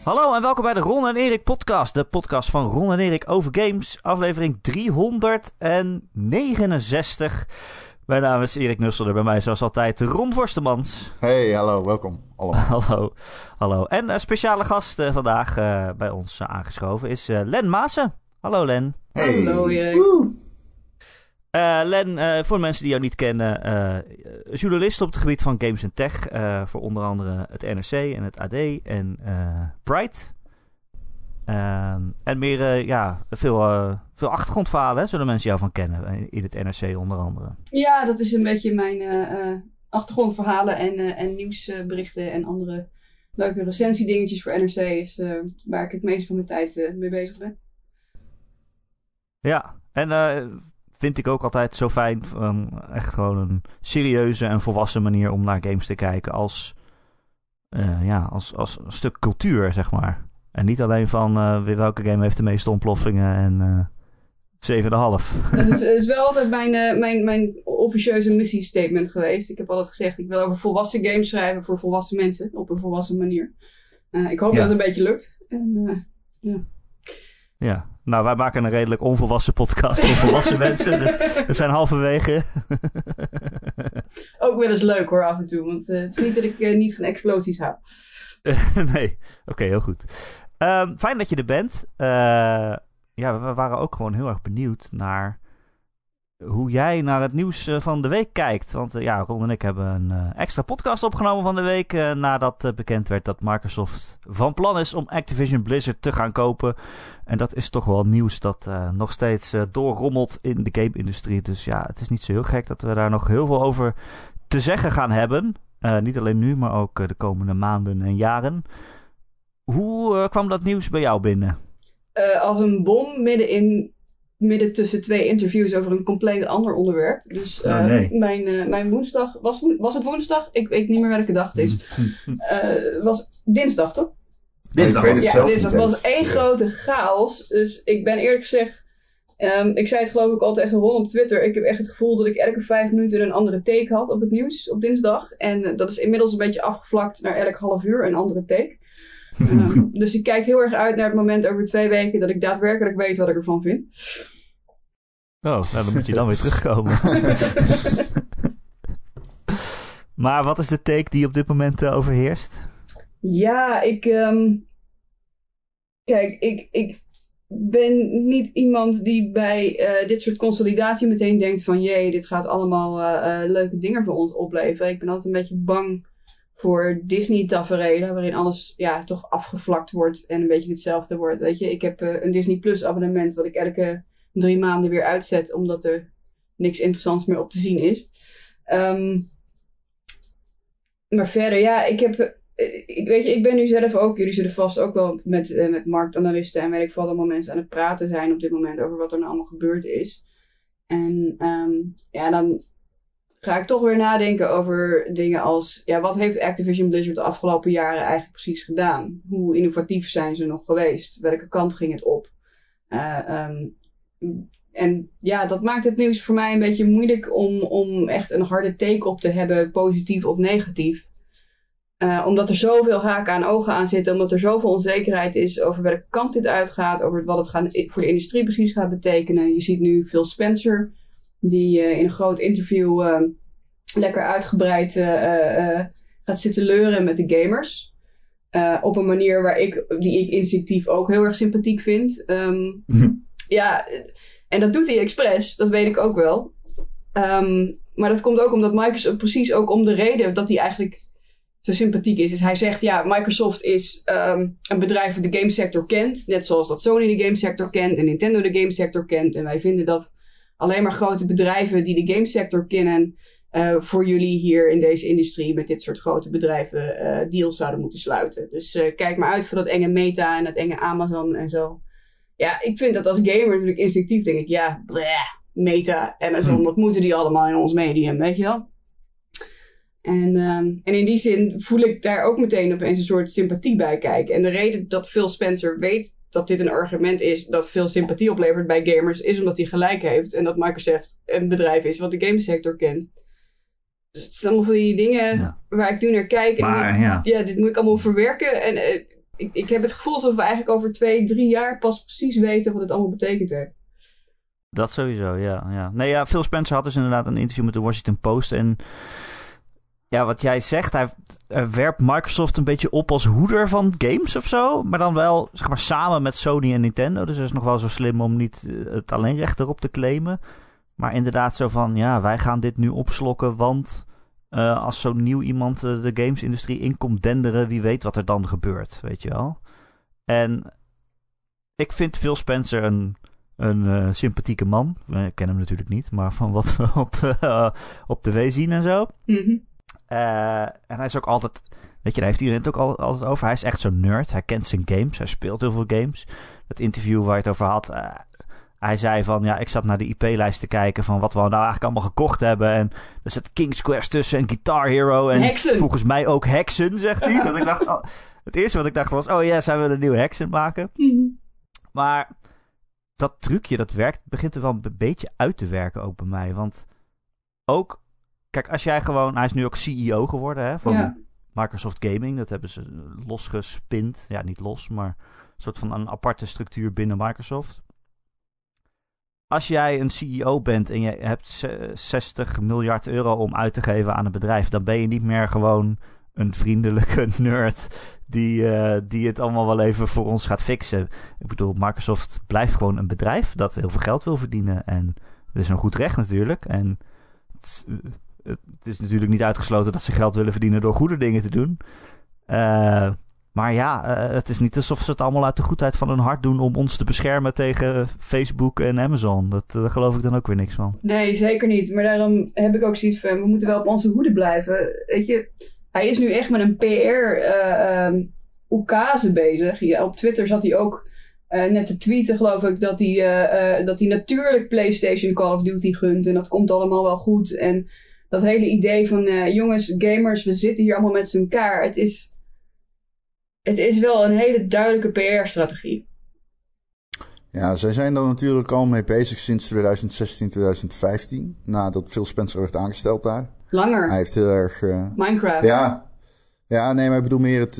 Hallo en welkom bij de Ron en Erik podcast. De podcast van Ron en Erik over games. Aflevering 369. Mijn naam is Erik Nusselder. Bij mij zoals altijd Ron Vorstemans. Hey, hallo. Welkom allemaal. Hallo. En een speciale gast vandaag bij ons aangeschoven is Len Maassen. Hallo Len. Hey. Hallo Erik. Len, voor de mensen die jou niet kennen, journalist op het gebied van games en tech. Voor onder andere het NRC en het AD en Pride. En meer, veel achtergrondverhalen, zullen mensen jou van kennen. In het NRC onder andere. Ja, dat is een beetje mijn achtergrondverhalen en nieuwsberichten en andere leuke recensiedingetjes voor NRC is waar ik het meest van mijn tijd mee bezig ben. Ja, en vind ik ook altijd zo fijn. Echt gewoon een serieuze en volwassen manier om naar games te kijken als een stuk cultuur, zeg maar. En niet alleen van welke game heeft de meeste ontploffingen en 7,5. Dat is wel altijd mijn officieuze missiestatement geweest. Ik heb altijd gezegd, ik wil over volwassen games schrijven voor volwassen mensen. Op een volwassen manier. Ik hoop dat het een beetje lukt. Ja, nou wij maken een redelijk onvolwassen podcast voor volwassen mensen. Dus we zijn halverwege. Ook wel eens leuk hoor, af en toe. Want het is niet dat ik niet van explosies hou. Nee, oké, heel goed. Fijn dat je er bent. We waren ook gewoon heel erg benieuwd naar hoe jij naar het nieuws van de week kijkt. Want Ron en ik hebben een extra podcast opgenomen van de week. Nadat bekend werd dat Microsoft van plan is om Activision Blizzard te gaan kopen. En dat is toch wel nieuws dat nog steeds doorrommelt in de game-industrie. Dus ja, het is niet zo heel gek dat we daar nog heel veel over te zeggen gaan hebben. Niet alleen nu, maar ook de komende maanden en jaren. Hoe kwam dat nieuws bij jou binnen? Als een bom midden tussen twee interviews over een compleet ander onderwerp. Dus mijn woensdag... Was het woensdag? Ik weet niet meer welke dag het is. Was dinsdag, toch? Dinsdag. Dinsdag. Het was één grote chaos. Dus ik ben eerlijk gezegd... ik zei het geloof ik al tegen Ron op Twitter. Ik heb echt het gevoel dat ik elke 5 minuten een andere take had op het nieuws op dinsdag. En dat is inmiddels een beetje afgevlakt naar elk half uur een andere take. Dus ik kijk heel erg uit naar het moment over 2 weken dat ik daadwerkelijk weet wat ik ervan vind. Oh, nou dan moet je dan weer terugkomen. Maar wat is de take die op dit moment overheerst? Ja, ik ben niet iemand die bij dit soort consolidatie meteen denkt van jee, dit gaat allemaal leuke dingen voor ons opleveren. Ik ben altijd een beetje bang voor Disney-taferelen, waarin alles toch afgevlakt wordt en een beetje hetzelfde wordt. Weet je, ik heb een Disney Plus abonnement wat ik elke 3 maanden weer uitzet, omdat er niks interessants meer op te zien is. Maar verder, ik ben nu zelf ook, jullie zullen vast ook wel met marktanalisten en weet ik veel allemaal mensen aan het praten zijn op dit moment over wat er nou allemaal gebeurd is. En dan ga ik toch weer nadenken over dingen als, wat heeft Activision Blizzard de afgelopen jaren eigenlijk precies gedaan? Hoe innovatief zijn ze nog geweest? Welke kant ging het op? En dat maakt het nieuws voor mij een beetje moeilijk om echt een harde take op te hebben, positief of negatief. Omdat er zoveel haken aan ogen aan zitten, omdat er zoveel onzekerheid is over welke kant dit uitgaat, over wat het voor de industrie precies gaat betekenen. Je ziet nu Phil Spencer, die in een groot interview lekker uitgebreid gaat zitten leuren met de gamers. Op een manier die ik instinctief ook heel erg sympathiek vind. En dat doet hij expres, dat weet ik ook wel. Maar dat komt ook omdat Microsoft precies ook om de reden dat hij eigenlijk zo sympathiek is. Dus hij zegt, Microsoft is een bedrijf dat de gamesector kent. Net zoals dat Sony de gamesector kent en Nintendo de gamesector kent. En wij vinden dat alleen maar grote bedrijven die de gamesector kennen voor jullie hier in deze industrie met dit soort grote bedrijven deals zouden moeten sluiten. Dus kijk maar uit voor dat enge Meta en dat enge Amazon en zo. Ja, ik vind dat als gamer natuurlijk instinctief denk ik, Meta, Amazon, wat moeten die allemaal in ons medium, weet je wel? En in die zin voel ik daar ook meteen opeens een soort sympathie bij kijken. En de reden dat Phil Spencer weet dat dit een argument is dat veel sympathie oplevert bij gamers, is omdat hij gelijk heeft. En dat Microsoft een bedrijf is wat de gamesector kent. Dus het zijn allemaal van die dingen waar ik nu naar kijk. En dit moet ik allemaal verwerken. En ik heb het gevoel alsof we eigenlijk over 2-3 jaar pas precies weten wat het allemaal betekent heeft. Dat sowieso, ja. Nee, ja, Phil Spencer had dus inderdaad een interview met de Washington Post. En ja, wat jij zegt, hij werpt Microsoft een beetje op als hoeder van games of zo. Maar dan wel, zeg maar, samen met Sony en Nintendo. Dus dat is nog wel zo slim om niet het alleenrecht erop te claimen. Maar inderdaad zo van, ja, wij gaan dit nu opslokken, want als zo'n nieuw iemand de gamesindustrie in komt denderen, wie weet wat er dan gebeurt, weet je wel. En ik vind Phil Spencer een sympathieke man. Ik ken hem natuurlijk niet, maar van wat we op tv zien en zo. Mm-hmm. En hij is ook altijd, weet je, daar heeft iedereen het ook altijd over. Hij is echt zo'n nerd. Hij kent zijn games. Hij speelt heel veel games. Dat interview waar je het over had, hij zei van, ja, ik zat naar de IP-lijst te kijken van wat we nou eigenlijk allemaal gekocht hebben. En er zit King's Quest tussen en Guitar Hero. En Hexen. Volgens mij ook Hexen, zegt hij. Dat ik dacht, het eerste wat ik dacht was, oh ja, zij willen een nieuwe Hexen maken. Mm-hmm. Maar dat trucje, dat begint er wel een beetje uit te werken ook bij mij. Want ook, kijk, als jij gewoon, hij is nu ook CEO geworden hè, van Microsoft Gaming. Dat hebben ze losgespind. Ja, niet los, maar een soort van een aparte structuur binnen Microsoft. Als jij een CEO bent en je hebt 60 miljard euro om uit te geven aan een bedrijf, dan ben je niet meer gewoon een vriendelijke nerd die het allemaal wel even voor ons gaat fixen. Ik bedoel, Microsoft blijft gewoon een bedrijf dat heel veel geld wil verdienen. En dat is een goed recht natuurlijk. En het is natuurlijk niet uitgesloten dat ze geld willen verdienen door goede dingen te doen. Maar ja, het is niet alsof ze het allemaal uit de goedheid van hun hart doen om ons te beschermen tegen Facebook en Amazon. Daar geloof ik dan ook weer niks van. Nee, zeker niet. Maar daarom heb ik ook zoiets van, we moeten wel op onze hoede blijven. Weet je, hij is nu echt met een PR-oekase bezig. Ja, op Twitter zat hij ook net te tweeten, geloof ik, dat hij natuurlijk PlayStation Call of Duty gunt. En dat komt allemaal wel goed. En dat hele idee van, jongens, gamers, we zitten hier allemaal met z'n elkaar. Het is wel een hele duidelijke PR-strategie. Ja, zij zijn er natuurlijk al mee bezig sinds 2016, 2015. Nadat Phil Spencer werd aangesteld daar. Langer. Hij heeft heel erg... Minecraft. Ja, nee, maar ik bedoel meer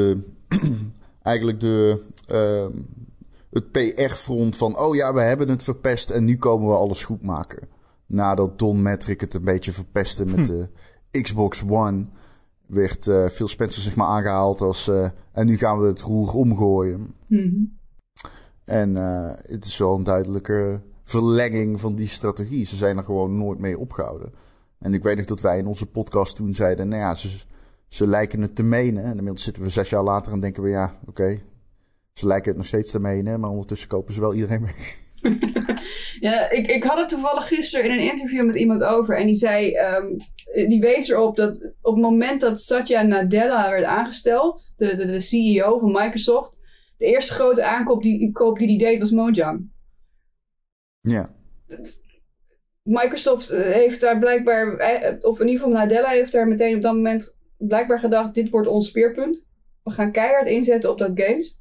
het PR-front van... Oh ja, we hebben het verpest en nu komen we alles goed maken. Nadat Don Metric het een beetje verpestte met de Xbox One... werd Phil Spencer zeg maar aangehaald als... en nu gaan we het roer omgooien. Mm-hmm. En het is wel een duidelijke verlenging van die strategie. Ze zijn er gewoon nooit mee opgehouden. En ik weet nog dat wij in onze podcast toen zeiden... Nou ja, ze lijken het te menen. En inmiddels zitten we 6 jaar later en denken we... Ja, oké, ze lijken het nog steeds te menen. Maar ondertussen kopen ze wel iedereen mee. Ja, ik had het toevallig gisteren in een interview met iemand over. En die zei... die wees erop dat op het moment dat Satya Nadella werd aangesteld... de CEO van Microsoft... De eerste grote aankoop die hij deed was Mojang. Ja. Microsoft heeft daar blijkbaar... Of in ieder geval Nadella heeft daar meteen op dat moment... blijkbaar gedacht, dit wordt ons speerpunt. We gaan keihard inzetten op dat games.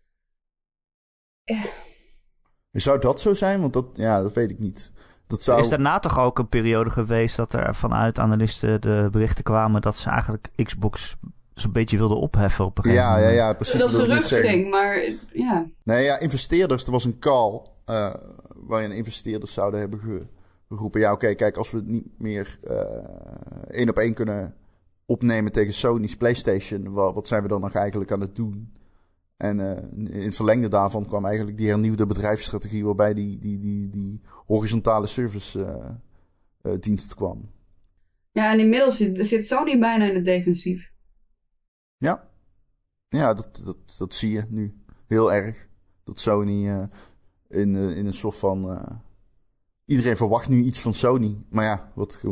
Zou dat zo zijn? Want dat weet ik niet. Is daarna toch ook een periode geweest dat er vanuit analisten de berichten kwamen dat ze eigenlijk Xbox zo'n beetje wilden opheffen op een gegeven moment. Ja, precies. Dat gerucht ging, maar ja. Nee, ja, investeerders. Er was een call waarin investeerders zouden hebben geroepen... Ja, oké, kijk, als we het niet meer 1 op 1 kunnen opnemen tegen Sony's PlayStation... Wat zijn we dan nog eigenlijk aan het doen? En in het verlengde daarvan kwam eigenlijk die hernieuwde bedrijfsstrategie... waarbij die horizontale service dienst kwam. Ja, en inmiddels zit Sony bijna in het defensief. Ja, dat zie je nu heel erg. Dat Sony in een soort van... iedereen verwacht nu iets van Sony. Maar ja,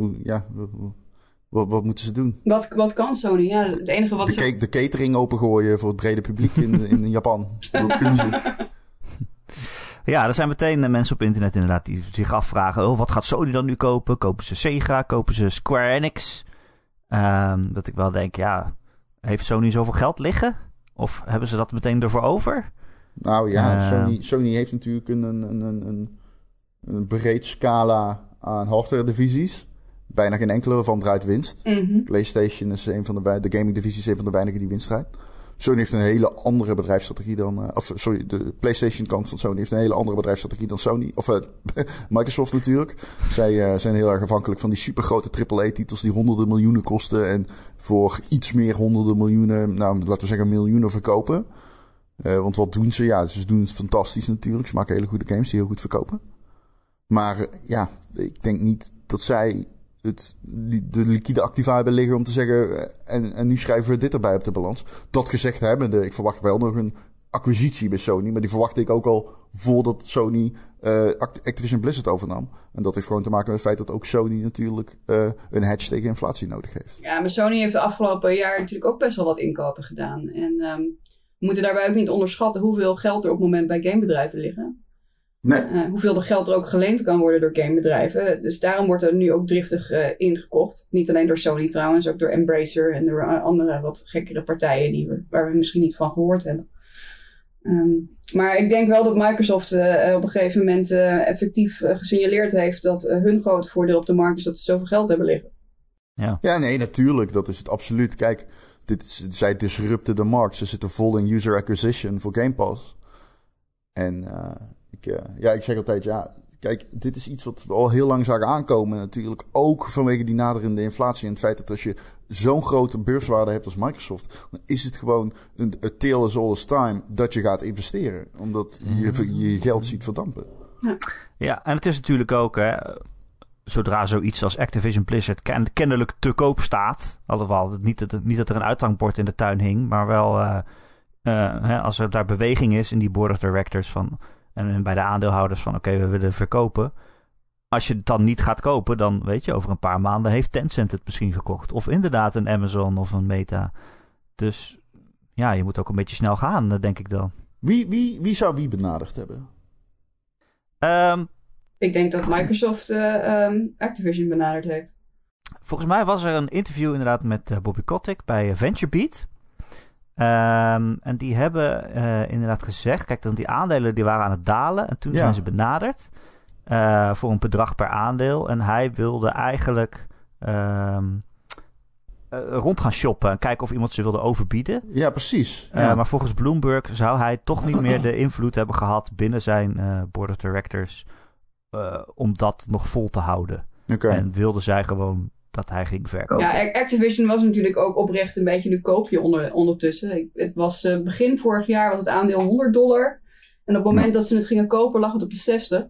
wat moeten ze doen? Wat kan Sony? Ja, het enige wat de catering opengooien voor het brede publiek in Japan. Dat kunnen ze. Ja, er zijn meteen mensen op internet inderdaad die zich afvragen... wat gaat Sony dan nu kopen? Kopen ze Sega? Kopen ze Square Enix? Dat ik wel denk, ja... Heeft Sony zoveel geld liggen? Of hebben ze dat meteen ervoor over? Nou ja, Sony heeft natuurlijk een breed scala aan hardware divisies. Bijna geen enkele van draait winst. Mm-hmm. PlayStation is de gaming divisie is een van de weinigen die winst draait. Sony heeft een hele andere bedrijfsstrategie dan... de PlayStation kant van Sony heeft een hele andere bedrijfsstrategie dan Sony. Of Microsoft natuurlijk. Zij zijn heel erg afhankelijk van die supergrote AAA-titels die honderden miljoenen kosten. En voor iets meer honderden miljoenen, nou laten we zeggen miljoenen verkopen. Want wat doen ze? Ja, ze doen het fantastisch natuurlijk. Ze maken hele goede games die heel goed verkopen. Maar ja, ik denk niet dat zij de liquide activa hebben liggen om te zeggen... En nu schrijven we dit erbij op de balans. Dat gezegd hebbende, ik verwacht wel nog een acquisitie bij Sony. Maar die verwachtte ik ook al voordat Sony Activision Blizzard overnam. En dat heeft gewoon te maken met het feit dat ook Sony natuurlijk een hedge tegen inflatie nodig heeft. Ja, maar Sony heeft de afgelopen jaar natuurlijk ook best wel wat inkopen gedaan. En we moeten daarbij ook niet onderschatten hoeveel geld er op het moment bij gamebedrijven liggen. Nee. Hoeveel geld er ook geleend kan worden door gamebedrijven. Dus daarom wordt er nu ook driftig ingekocht. Niet alleen door Sony trouwens, ook door Embracer en door andere wat gekkere partijen waar we misschien niet van gehoord hebben. Maar ik denk wel dat Microsoft op een gegeven moment effectief gesignaleerd heeft dat hun groot voordeel op de markt is dat ze zoveel geld hebben liggen. Ja, nee, natuurlijk. Dat is het absoluut. Kijk, zij disrupten de markt. Ze zitten vol in user acquisition voor Game Pass. En ik zeg altijd, ja, kijk, dit is iets wat we al heel lang zagen aankomen natuurlijk. Ook vanwege die naderende inflatie en het feit dat als je zo'n grote beurswaarde hebt als Microsoft, dan is het gewoon een tale is all the time dat je gaat investeren. Omdat je geld ziet verdampen. Ja, en het is natuurlijk ook, zodra zoiets als Activision Blizzard kennelijk te koop staat, alhoewel niet dat er een uithangbord in de tuin hing, maar wel als er daar beweging is in die board of directors en bij de aandeelhouders van oké, we willen verkopen. Als je het dan niet gaat kopen, dan weet je, over een paar maanden heeft Tencent het misschien gekocht. Of inderdaad een Amazon of een Meta. Dus ja, je moet ook een beetje snel gaan, denk ik dan. Wie zou wie benaderd hebben? Ik denk dat Microsoft Activision benaderd heeft. Volgens mij was er een interview inderdaad met Bobby Kotick bij VentureBeat. En die hebben inderdaad gezegd, kijk, dan die aandelen die waren aan het dalen. En toen zijn ze benaderd voor een bedrag per aandeel. En hij wilde eigenlijk rond gaan shoppen en kijken of iemand ze wilde overbieden. Ja, precies. Maar volgens Bloomberg zou hij toch niet meer de invloed hebben gehad binnen zijn board of directors om dat nog vol te houden. Okay. En wilde zij gewoon dat hij ging verkopen. Ja, Activision was natuurlijk ook oprecht een beetje de koopje ondertussen. Het was begin vorig jaar was het aandeel $100. En op het moment dat ze het gingen kopen lag het op de 60.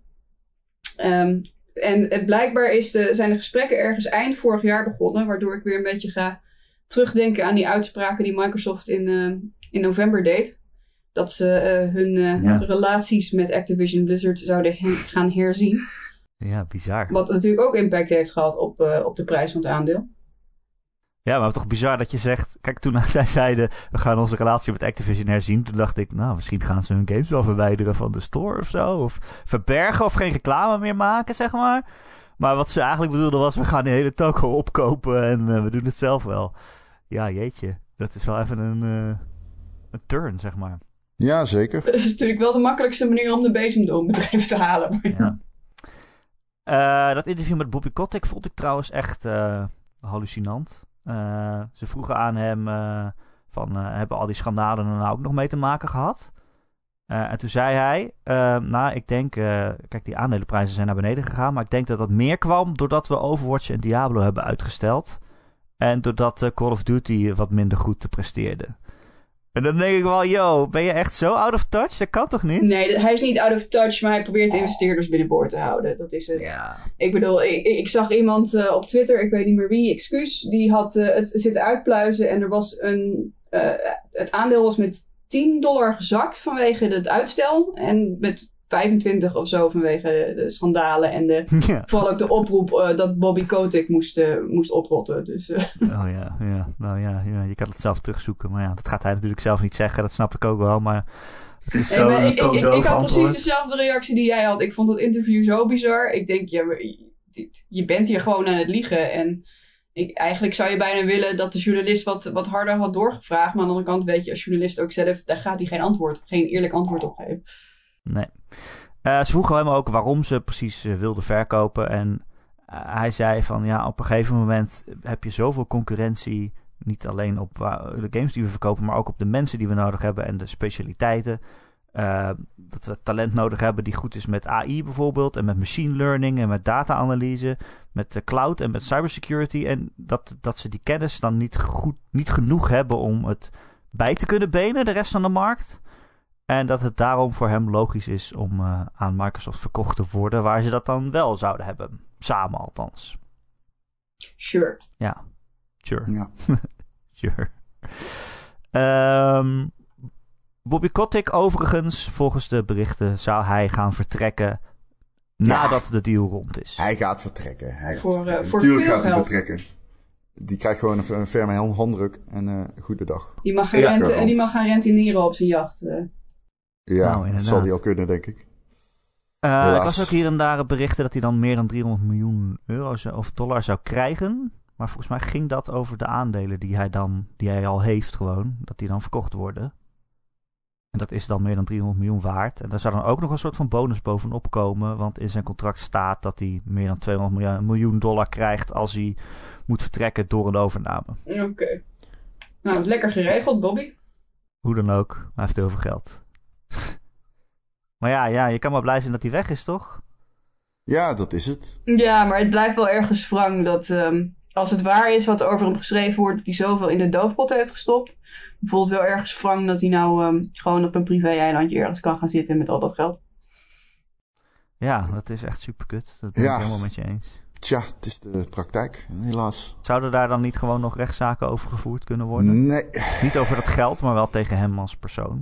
En blijkbaar zijn de gesprekken ergens eind vorig jaar begonnen. Waardoor ik weer een beetje ga terugdenken aan die uitspraken die Microsoft in november deed. Dat ze hun relaties met Activision Blizzard zouden gaan herzien. Ja, bizar. Wat natuurlijk ook impact heeft gehad op de prijs van het aandeel. Ja, maar toch bizar dat je zegt... Kijk, toen zij zeiden, we gaan onze relatie met Activision herzien. Toen dacht ik, nou, misschien gaan ze hun games wel verwijderen van de store of zo. Of verbergen of geen reclame meer maken, zeg maar. Maar wat ze eigenlijk bedoelden was, we gaan de hele toko opkopen en we doen het zelf wel. Ja, jeetje. Dat is wel even een turn, zeg maar. Ja, zeker. Dat is natuurlijk wel de makkelijkste manier om de bezem door een bedrijf te halen. Ja. Dat interview met Bobby Kotick vond ik trouwens echt hallucinant. Ze vroegen aan hem hebben al die schandalen er nou ook nog mee te maken gehad? En toen zei hij, ik denk, kijk, die aandelenprijzen zijn naar beneden gegaan, maar ik denk dat dat meer kwam doordat we Overwatch en Diablo hebben uitgesteld. En doordat Call of Duty wat minder goed presteerde. En dan denk ik wel, ben je echt zo out of touch? Dat kan toch niet? Nee, hij is niet out of touch, maar hij probeert de investeerders binnenboord te houden. Dat is het. Ja. Ik bedoel, ik zag iemand op Twitter, ik weet niet meer wie, excuus, die had het zitten uitpluizen en er was het aandeel was met $10 gezakt vanwege het uitstel en met 25 of zo vanwege de schandalen en vooral ook de oproep dat Bobby Kotick moest oprotten. Dus, Oh ja. Nou ja, je kan het zelf terugzoeken. Maar ja, dat gaat hij natuurlijk zelf niet zeggen. Dat snap ik ook wel, maar het is zo ik had precies dezelfde reactie die jij had. Ik vond het interview zo bizar. Ik denk, je bent hier gewoon aan het liegen. En eigenlijk zou je bijna willen dat de journalist wat harder had doorgevraagd. Maar aan de andere kant weet je als journalist ook zelf, daar gaat hij geen eerlijk antwoord op geven. Nee. Ze vroegen hem ook waarom ze precies wilden verkopen. En hij zei van, op een gegeven moment heb je zoveel concurrentie Niet alleen op de games die we verkopen, maar ook op de mensen die we nodig hebben en de specialiteiten. Dat we talent nodig hebben die goed is met AI bijvoorbeeld. En met machine learning en met data-analyse. Met de cloud en met cybersecurity. En dat ze die kennis dan niet genoeg hebben om het bij te kunnen benen, de rest van de markt. En dat het daarom voor hem logisch is om aan Microsoft verkocht te worden. Waar ze dat dan wel zouden hebben. Samen althans. Sure. Ja, sure. Ja. Sure. Bobby Kotick overigens, volgens de berichten, zou hij gaan vertrekken nadat de deal rond is. Hij gaat vertrekken. Voor Natuurlijk veel gaat hij geld. vertrekken. Die krijgt gewoon een ferme handdruk en goedendag. Die mag gaan rentineren op zijn jacht. Ja, Nou, dat zal hij al kunnen, denk ik. Ik las ook hier en daar berichten dat hij dan meer dan 300 miljoen euro of dollar zou krijgen. Maar volgens mij ging dat over de aandelen die hij al heeft gewoon. Dat die dan verkocht worden. En dat is dan meer dan 300 miljoen waard. En daar zou dan ook nog een soort van bonus bovenop komen. Want in zijn contract staat dat hij meer dan 200 miljoen dollar krijgt als hij moet vertrekken door een overname. Oké. Nou, lekker geregeld, Bobby. Hoe dan ook, hij heeft heel veel geld. Maar ja, je kan maar blij zijn dat hij weg is, toch? Ja, dat is het. Ja, maar het blijft wel ergens wrang dat als het waar is wat er over hem geschreven wordt, dat hij zoveel in de doofpot heeft gestopt. Voelt wel ergens wrang dat hij nou gewoon op een privé-eilandje ergens kan gaan zitten met al dat geld. Ja, dat is echt super kut. Dat ben ik helemaal met je eens. Tja, het is de praktijk, helaas. Zouden daar dan niet gewoon nog rechtszaken over gevoerd kunnen worden? Nee. Niet over dat geld, maar wel tegen hem als persoon.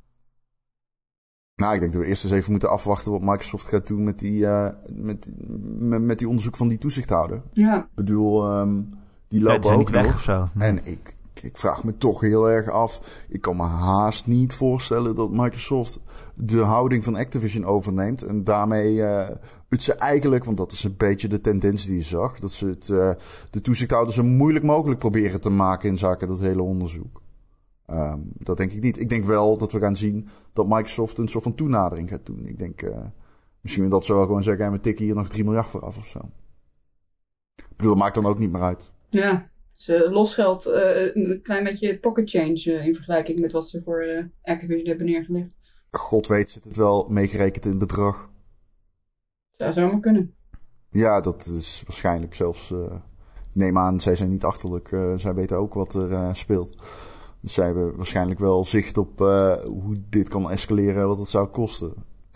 Nou, ik denk dat we eerst eens even moeten afwachten wat Microsoft gaat doen met die onderzoek van die toezichthouder. Ja. Ik bedoel, die lopen zijn ook niet weg nog. of zo. Nee. En ik vraag me toch heel erg af. Ik kan me haast niet voorstellen dat Microsoft de houding van Activision overneemt. En daarmee het ze eigenlijk, want dat is een beetje de tendens die je zag, dat ze de toezichthouder zo moeilijk mogelijk proberen te maken in zaken dat hele onderzoek. Dat denk ik niet. Ik denk wel dat we gaan zien dat Microsoft een soort van toenadering gaat doen. Ik denk misschien dat ze wel gewoon zeggen, we tikken hier nog 3 miljard voor af of zo. Ik bedoel, dat maakt dan ook niet meer uit. Ja, ze losgeld een klein beetje pocket change in vergelijking met wat ze voor Activision hebben neergelegd. God weet, zit het wel meegerekend in het bedrag. Zou zomaar kunnen. Ja, dat is waarschijnlijk zelfs... neem aan, zij zijn niet achterlijk. Zij weten ook wat er speelt. Dus zij hebben waarschijnlijk wel zicht op hoe dit kan escaleren en wat het zou kosten.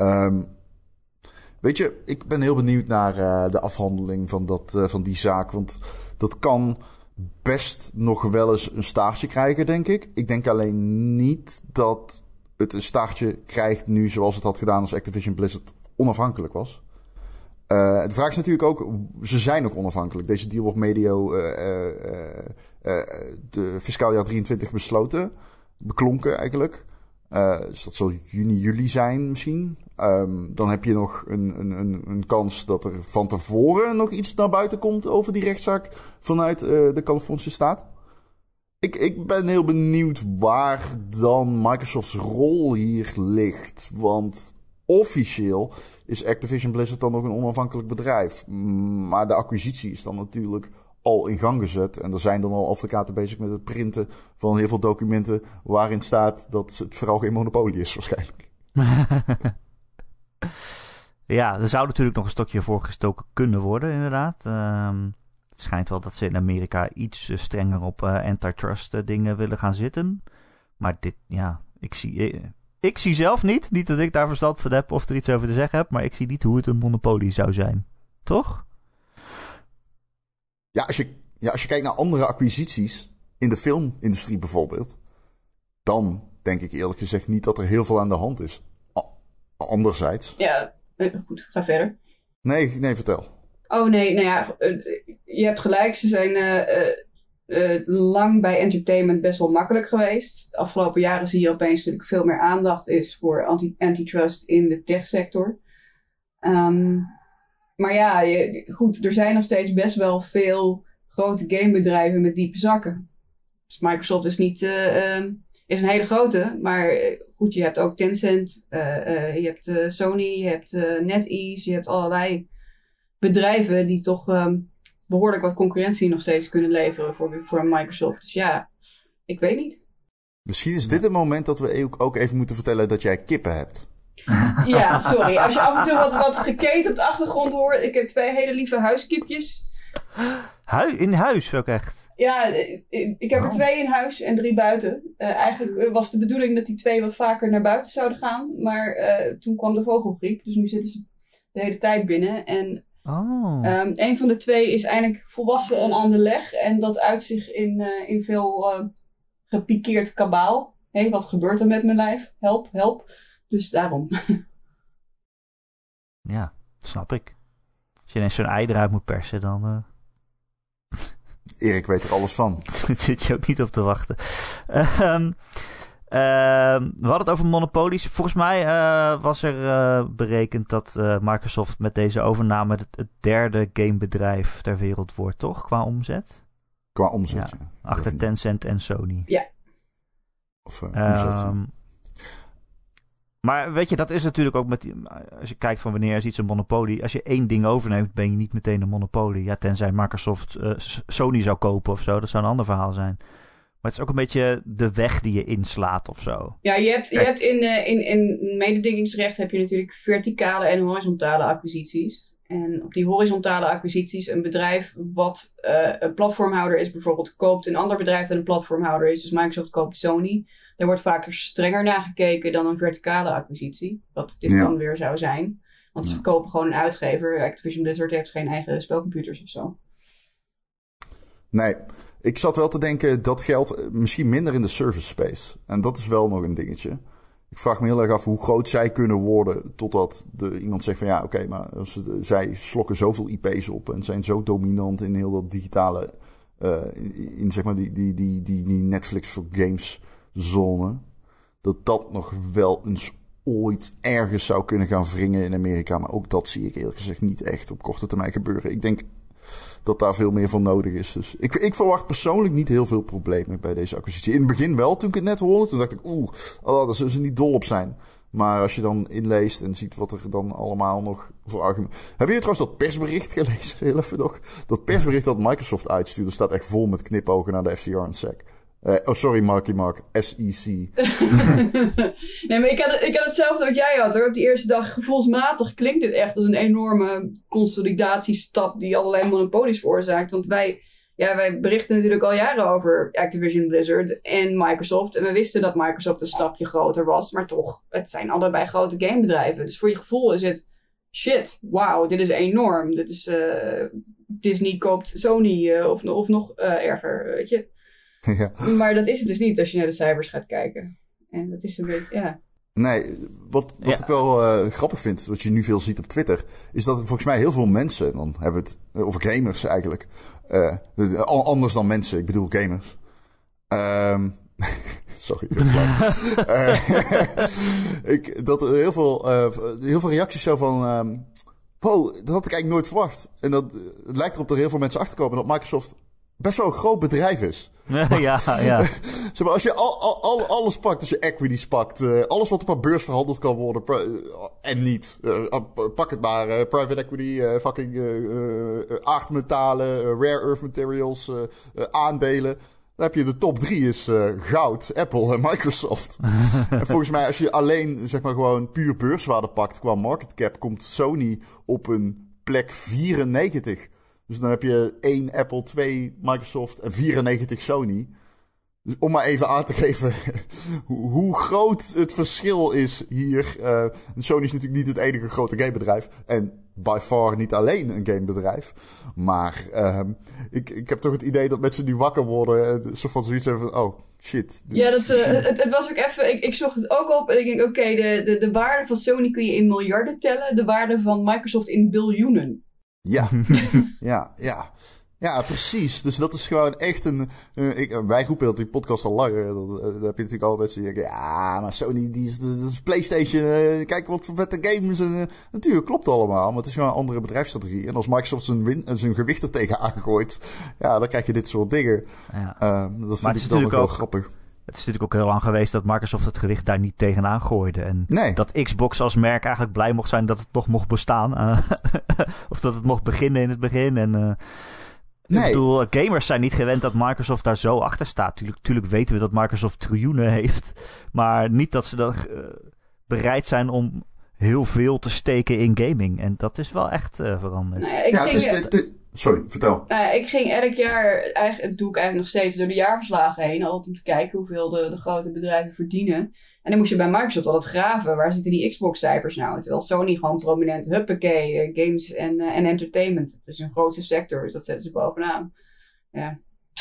Weet je, ik ben heel benieuwd naar de afhandeling van die zaak. Want dat kan best nog wel eens een staartje krijgen, denk ik. Ik denk alleen niet dat het een staartje krijgt nu zoals het had gedaan als Activision Blizzard onafhankelijk was. De vraag is natuurlijk ook, ze zijn ook onafhankelijk. Deze deal wordt medio de fiscaal jaar 23 beklonken eigenlijk. Dus dat zal juni, juli zijn misschien. Dan heb je nog een kans dat er van tevoren nog iets naar buiten komt over die rechtszaak vanuit de Californische staat. Ik ben heel benieuwd waar dan Microsofts rol hier ligt. Want officieel is Activision Blizzard dan nog een onafhankelijk bedrijf. Maar de acquisitie is dan natuurlijk al in gang gezet. En er zijn dan al advocaten bezig met het printen van heel veel documenten waarin staat dat het vooral geen monopolie is waarschijnlijk. Ja, er zou natuurlijk nog een stokje voor gestoken kunnen worden inderdaad. Het schijnt wel dat ze in Amerika iets strenger op antitrust dingen willen gaan zitten. Maar dit, ja, ik zie zelf niet dat ik daar verstand van heb of er iets over te zeggen heb, maar ik zie niet hoe het een monopolie zou zijn. Toch? Ja, als je kijkt naar andere acquisities in de filmindustrie bijvoorbeeld, dan denk ik eerlijk gezegd niet dat er heel veel aan de hand is. Anderzijds. Ja, goed, ga verder. Nee, vertel. Oh nee, nou ja, je hebt gelijk. Ze zijn lang bij entertainment best wel makkelijk geweest. De afgelopen jaren zie je opeens natuurlijk veel meer aandacht is voor antitrust in de techsector. Maar ja, goed, er zijn nog steeds best wel veel grote gamebedrijven met diepe zakken. Dus Microsoft is niet, is een hele grote, maar goed, je hebt ook Tencent, je hebt Sony, je hebt NetEase, je hebt allerlei bedrijven die toch behoorlijk wat concurrentie nog steeds kunnen leveren voor Microsoft. Dus ja, ik weet niet. Misschien is dit het moment dat we ook even moeten vertellen dat jij kippen hebt. Ja, sorry. Als je af en toe wat geketen op de achtergrond hoort. Ik heb 2 hele lieve huiskipjes. In huis ook echt? Ja, ik heb er 2 in huis en 3 buiten. Eigenlijk was de bedoeling dat die 2 wat vaker naar buiten zouden gaan. Maar toen kwam de vogelgriep. Dus nu zitten ze de hele tijd binnen. En een van de 2 is eindelijk volwassen en aan de leg. En dat uit zich in veel gepikeerd kabaal. Hé, wat gebeurt er met mijn lijf? Help, help. Dus daarom. Ja, snap ik. Als je ineens zo'n ei eruit moet persen, dan... Erik weet er alles van. Zit je ook niet op te wachten. We hadden het over monopolies. Volgens mij was er berekend dat Microsoft met deze overname het 3e gamebedrijf ter wereld wordt, toch? Qua omzet? Qua omzet, ja. Achter Tencent en Sony. Ja. Of omzet, Maar weet je, dat is natuurlijk ook met... Als je kijkt van wanneer is iets een monopolie... Als je 1 ding overneemt, ben je niet meteen een monopolie. Ja, tenzij Microsoft Sony zou kopen of zo. Dat zou een ander verhaal zijn. Maar het is ook een beetje de weg die je inslaat of zo. Ja, je hebt in mededingingsrecht heb je natuurlijk verticale en horizontale acquisities. En op die horizontale acquisities, een bedrijf wat een platformhouder is bijvoorbeeld, koopt een ander bedrijf dat een platformhouder is. Dus Microsoft koopt Sony. Daar wordt vaker strenger naar gekeken dan een verticale acquisitie. Wat dit dan weer zou zijn. Want ze verkopen gewoon een uitgever. Activision Blizzard heeft geen eigen spelcomputers of zo. Nee, ik zat wel te denken dat geldt misschien minder in de service space. En dat is wel nog een dingetje. Ik vraag me heel erg af hoe groot zij kunnen worden totdat er iemand zegt van ja, oké, maar zij slokken zoveel IP's op en zijn zo dominant in heel dat digitale, in zeg maar die Netflix voor games zone, dat nog wel eens ooit ergens zou kunnen gaan wringen in Amerika. Maar ook dat zie ik eerlijk gezegd niet echt op korte termijn gebeuren. Ik denk dat daar veel meer van nodig is. Dus ik verwacht persoonlijk niet heel veel problemen bij deze acquisitie. In het begin wel, toen ik het net hoorde. Toen dacht ik, daar zullen ze niet dol op zijn. Maar als je dan inleest en ziet wat er dan allemaal nog voor argumenten... Hebben jullie trouwens dat persbericht gelezen? Heel even nog. Dat persbericht dat Microsoft uitstuurde staat echt vol met knipogen naar de FCR en SEC. Sorry, Mark. SEC. Nee, maar ik had hetzelfde wat jij had hoor. Op die eerste dag gevoelsmatig klinkt dit echt als een enorme consolidatiestap die allerlei monopolies veroorzaakt. Want wij berichten natuurlijk al jaren over Activision Blizzard en Microsoft. En we wisten dat Microsoft een stapje groter was. Maar toch, het zijn allebei grote gamebedrijven. Dus voor je gevoel is het shit, wauw, dit is enorm. Dit is Disney koopt Sony of nog erger, weet je. Ja. Maar dat is het dus niet als je naar de cijfers gaat kijken. En dat is een beetje, ja. Nee, wat ik wel grappig vind, wat je nu veel ziet op Twitter, is dat er volgens mij heel veel mensen, dan hebben we het over gamers eigenlijk, anders dan mensen, ik bedoel gamers. Sorry, heel flauw. Dat er heel veel reacties zo van, wow, dat had ik eigenlijk nooit verwacht. En het lijkt erop dat er heel veel mensen achterkomen dat Microsoft best wel een groot bedrijf is. Ja. Zeg maar, als je alles pakt, als je equities pakt, alles wat op een beurs verhandeld kan worden, en niet. Pak het maar, private equity, aardmetalen, rare earth materials, aandelen. Dan heb je de top 3 is goud, Apple en Microsoft. En volgens mij, als je alleen zeg maar gewoon puur beurswaarde pakt qua market cap, komt Sony op een plek 94. Dus dan heb je 1 Apple, 2 Microsoft en 94 Sony. Dus om maar even aan te geven hoe groot het verschil is hier. Sony is natuurlijk niet het enige grote gamebedrijf. En by far niet alleen een gamebedrijf. Maar ik heb toch het idee dat mensen nu wakker worden. En zo van zoiets hebben van, oh shit. Ja, het was ook even... Ik zocht het ook op en ik denk, oké, de waarde van Sony kun je in miljarden tellen. De waarde van Microsoft in biljoenen. Ja, precies. Dus dat is gewoon echt een... wij roepen dat in die podcast al langer. Dan heb je natuurlijk al mensen die denken... Ja, maar Sony, dat is PlayStation. Kijk wat voor vette games. Natuurlijk, klopt allemaal. Maar het is gewoon een andere bedrijfsstrategie. En als Microsoft zijn gewicht er tegen aangooit... Ja, dan krijg je dit soort dingen. Ja. Dat vind ik dan ook wel grappig. Het is natuurlijk ook heel lang geweest dat Microsoft het gewicht daar niet tegenaan gooide. En dat Xbox als merk eigenlijk blij mocht zijn dat het nog mocht bestaan. Of dat het mocht beginnen in het begin. En Nee. Ik bedoel, gamers zijn niet gewend dat Microsoft daar zo achter staat. Tuurlijk weten we dat Microsoft triljoenen heeft. Maar niet dat ze dan bereid zijn om heel veel te steken in gaming. En dat is wel echt veranderd. Sorry, vertel. Ik ging elk jaar, dat doe ik eigenlijk nog steeds, door de jaarverslagen heen. Altijd om te kijken hoeveel de grote bedrijven verdienen. En dan moest je bij Microsoft altijd graven. Waar zitten die Xbox-cijfers nou? Terwijl Sony gewoon prominent, huppakee, games en entertainment. Het is een grootste sector, dus dat zetten ze bovenaan. Ja.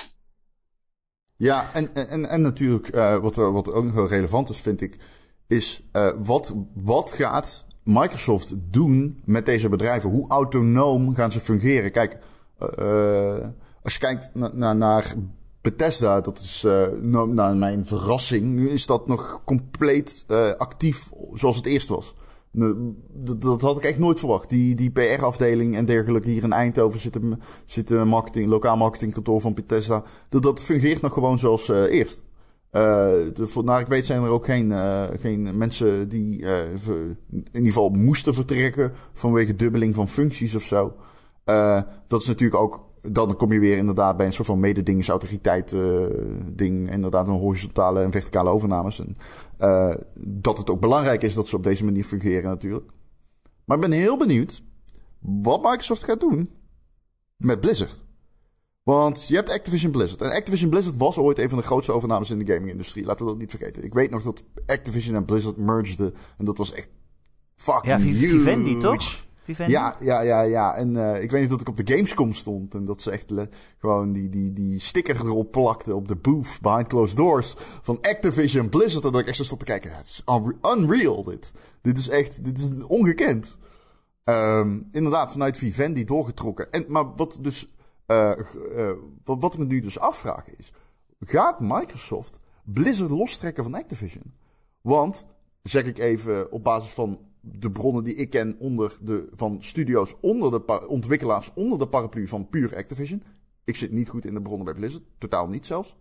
Ja, en natuurlijk, wat ook nog wel relevant is, vind ik, is wat gaat Microsoft doen met deze bedrijven? Hoe autonoom gaan ze fungeren? Kijk, als je kijkt naar Bethesda, dat is naar mijn verrassing, is dat nog compleet actief zoals het eerst was. Dat had ik echt nooit verwacht. Die PR-afdeling en dergelijke hier in Eindhoven zit lokaal marketingkantoor van Bethesda. Dat fungeert nog gewoon zoals eerst. Naar ik weet zijn er ook geen mensen die in ieder geval moesten vertrekken vanwege dubbeling van functies of zo. Dat is natuurlijk ook, dan kom je weer inderdaad bij een soort van mededingingsautoriteit ding. Inderdaad een horizontale en verticale overnames. En dat het ook belangrijk is dat ze op deze manier fungeren natuurlijk. Maar ik ben heel benieuwd wat Microsoft gaat doen met Blizzard. Want je hebt Activision Blizzard. En Activision Blizzard was ooit een van de grootste overnames in de gaming-industrie. Laten we dat niet vergeten. Ik weet nog dat Activision en Blizzard mergeden. En dat was echt fucking huge. Vivendi, toch? Vivendi? Ja. En ik weet nog dat ik op de Gamescom stond. En dat ze echt gewoon die sticker erop plakten op de booth behind closed doors van Activision Blizzard. En dat ik echt zo stond te kijken. Het is unreal dit. Dit is ongekend. Inderdaad, vanuit Vivendi doorgetrokken. Maar wat dus... wat ik me nu dus afvraag is, gaat Microsoft Blizzard lostrekken van Activision? Want, zeg ik even op basis van de bronnen die ik ken van studio's onder de ontwikkelaars onder de paraplu van puur Activision. Ik zit niet goed in de bronnen bij Blizzard, totaal niet zelfs.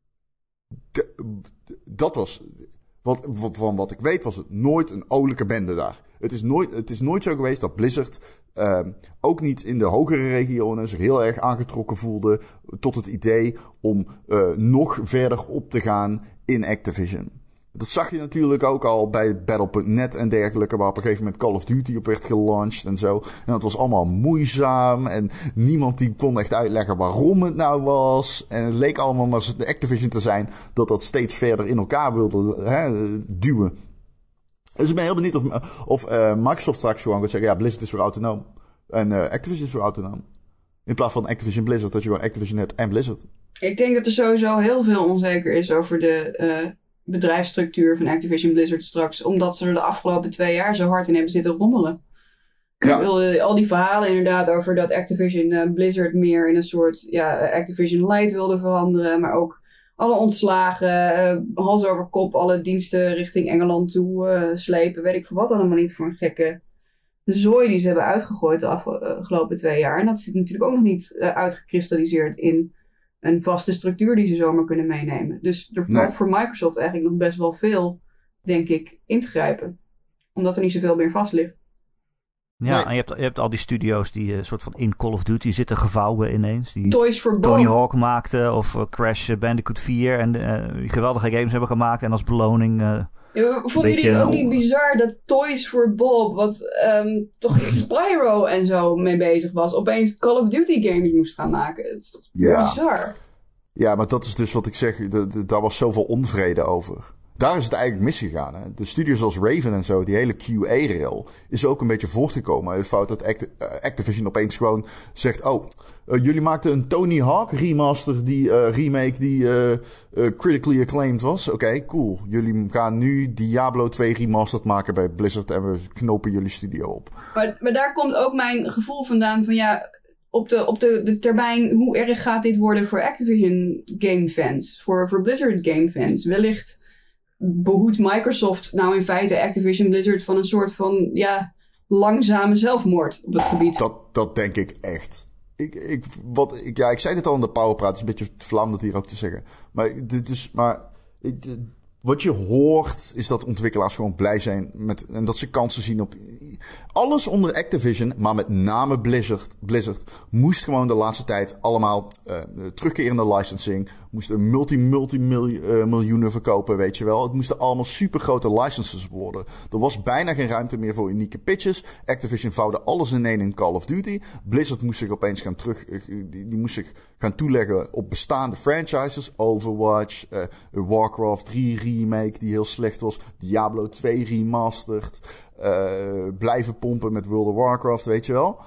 Dat was, van wat ik weet, was het nooit een olijke bende daar. Het is nooit zo geweest dat Blizzard, ook niet in de hogere regionen, zich heel erg aangetrokken voelde tot het idee om nog verder op te gaan in Activision. Dat zag je natuurlijk ook al bij Battle.net en dergelijke, waar op een gegeven moment Call of Duty op werd gelaunched en zo. En dat was allemaal moeizaam en niemand die kon echt uitleggen waarom het nou was. En het leek allemaal maar de Activision te zijn dat steeds verder in elkaar wilde duwen. Dus ik ben heel benieuwd of Microsoft straks gewoon gaat zeggen, ja, Blizzard is weer autonoom. En Activision is weer autonoom. In plaats van Activision Blizzard, dat je gewoon Activision hebt en Blizzard. Ik denk dat er sowieso heel veel onzeker is over de bedrijfsstructuur van Activision Blizzard straks. Omdat ze er de afgelopen 2 jaar zo hard in hebben zitten rommelen. Ja. Al die verhalen inderdaad over dat Activision Blizzard meer in een soort Activision Light wilde veranderen. Maar ook alle ontslagen, hals over kop, alle diensten richting Engeland toe slepen. Weet ik voor wat allemaal niet voor een gekke zooi die ze hebben uitgegooid de afgelopen 2 jaar. En dat zit natuurlijk ook nog niet uitgekristalliseerd in een vaste structuur die ze zomaar kunnen meenemen. Dus er valt voor Microsoft eigenlijk nog best wel veel, denk ik, in te grijpen. Omdat er niet zoveel meer vast ligt. Ja, en je hebt al die studio's die soort van in Call of Duty zitten gevouwen ineens. Die Toys for Bob. Tony Hawk maakten of Crash Bandicoot 4 en die geweldige games hebben gemaakt. En als beloning... vonden jullie het ook niet bizar dat Toys for Bob, wat toch Spyro en zo mee bezig was, opeens Call of Duty games moest gaan maken? Het is toch bizar? Ja, maar dat is dus wat ik zeg, daar was zoveel onvrede over. Daar is het eigenlijk misgegaan. Hè? De studios als Raven en zo, die hele QA-rail, is ook een beetje voortgekomen uit het fout dat Activision opeens gewoon zegt, jullie maakten een Tony Hawk remaster, remake die critically acclaimed was. Oké, cool. Jullie gaan nu Diablo 2 remastered maken bij Blizzard en we knopen jullie studio op. Maar daar komt ook mijn gevoel vandaan van op de termijn, hoe erg gaat dit worden voor Activision game fans, voor Blizzard game fans? Wellicht behoedt Microsoft nou in feite Activision Blizzard van een soort van langzame zelfmoord op het gebied. Dat denk ik echt. Ik zei dit al in de Powerpraat, het is een beetje te vlaam dat hier ook te zeggen. Maar wat je hoort is dat ontwikkelaars gewoon blij zijn en dat ze kansen zien op alles onder Activision, maar met name Blizzard moest gewoon de laatste tijd allemaal terugkerende licensing, moesten multimiljoenen verkopen, weet je wel. Het moesten allemaal supergrote licenses worden. Er was bijna geen ruimte meer voor unieke pitches. Activision vouwde alles ineen in Call of Duty. Blizzard moest zich opeens die moest zich gaan toeleggen op bestaande franchises. Overwatch, Warcraft 3 remake die heel slecht was. Diablo 2 remastered. Blijven pompen met World of Warcraft, weet je wel.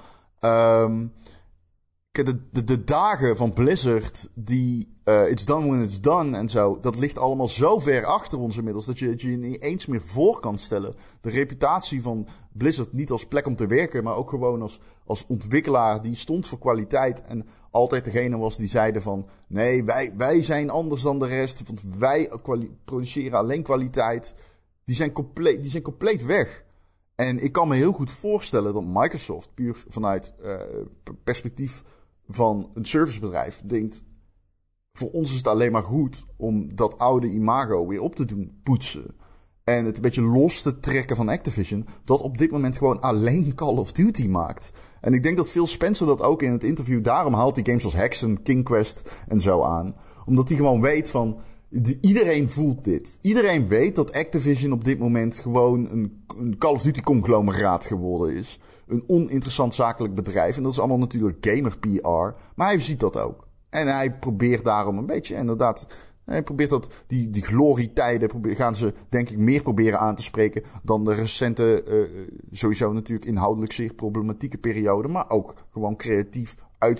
De dagen van Blizzard die it's done when it's done en zo, dat ligt allemaal zo ver achter ons inmiddels dat je je niet eens meer voor kan stellen. De reputatie van Blizzard niet als plek om te werken, maar ook gewoon als ontwikkelaar die stond voor kwaliteit en altijd degene was die zeiden van nee, wij zijn anders dan de rest, want wij produceren alleen kwaliteit. Die zijn compleet weg. En ik kan me heel goed voorstellen dat Microsoft, puur vanuit perspectief van een servicebedrijf, denkt, voor ons is het alleen maar goed om dat oude imago weer op te doen poetsen. En het een beetje los te trekken van Activision, dat op dit moment gewoon alleen Call of Duty maakt. En ik denk dat Phil Spencer dat ook in het interview, daarom haalt hij games als Hexen, King Quest en zo aan. Omdat hij gewoon weet van, iedereen voelt dit. Iedereen weet dat Activision op dit moment gewoon een Call of Duty conglomeraat geworden is. Een oninteressant zakelijk bedrijf. En dat is allemaal natuurlijk gamer PR. Maar hij ziet dat ook. En hij probeert daarom een beetje, inderdaad, hij probeert dat, die glorietijden gaan ze denk ik meer proberen aan te spreken dan de recente, sowieso natuurlijk inhoudelijk zeer problematieke periode. Maar ook gewoon creatief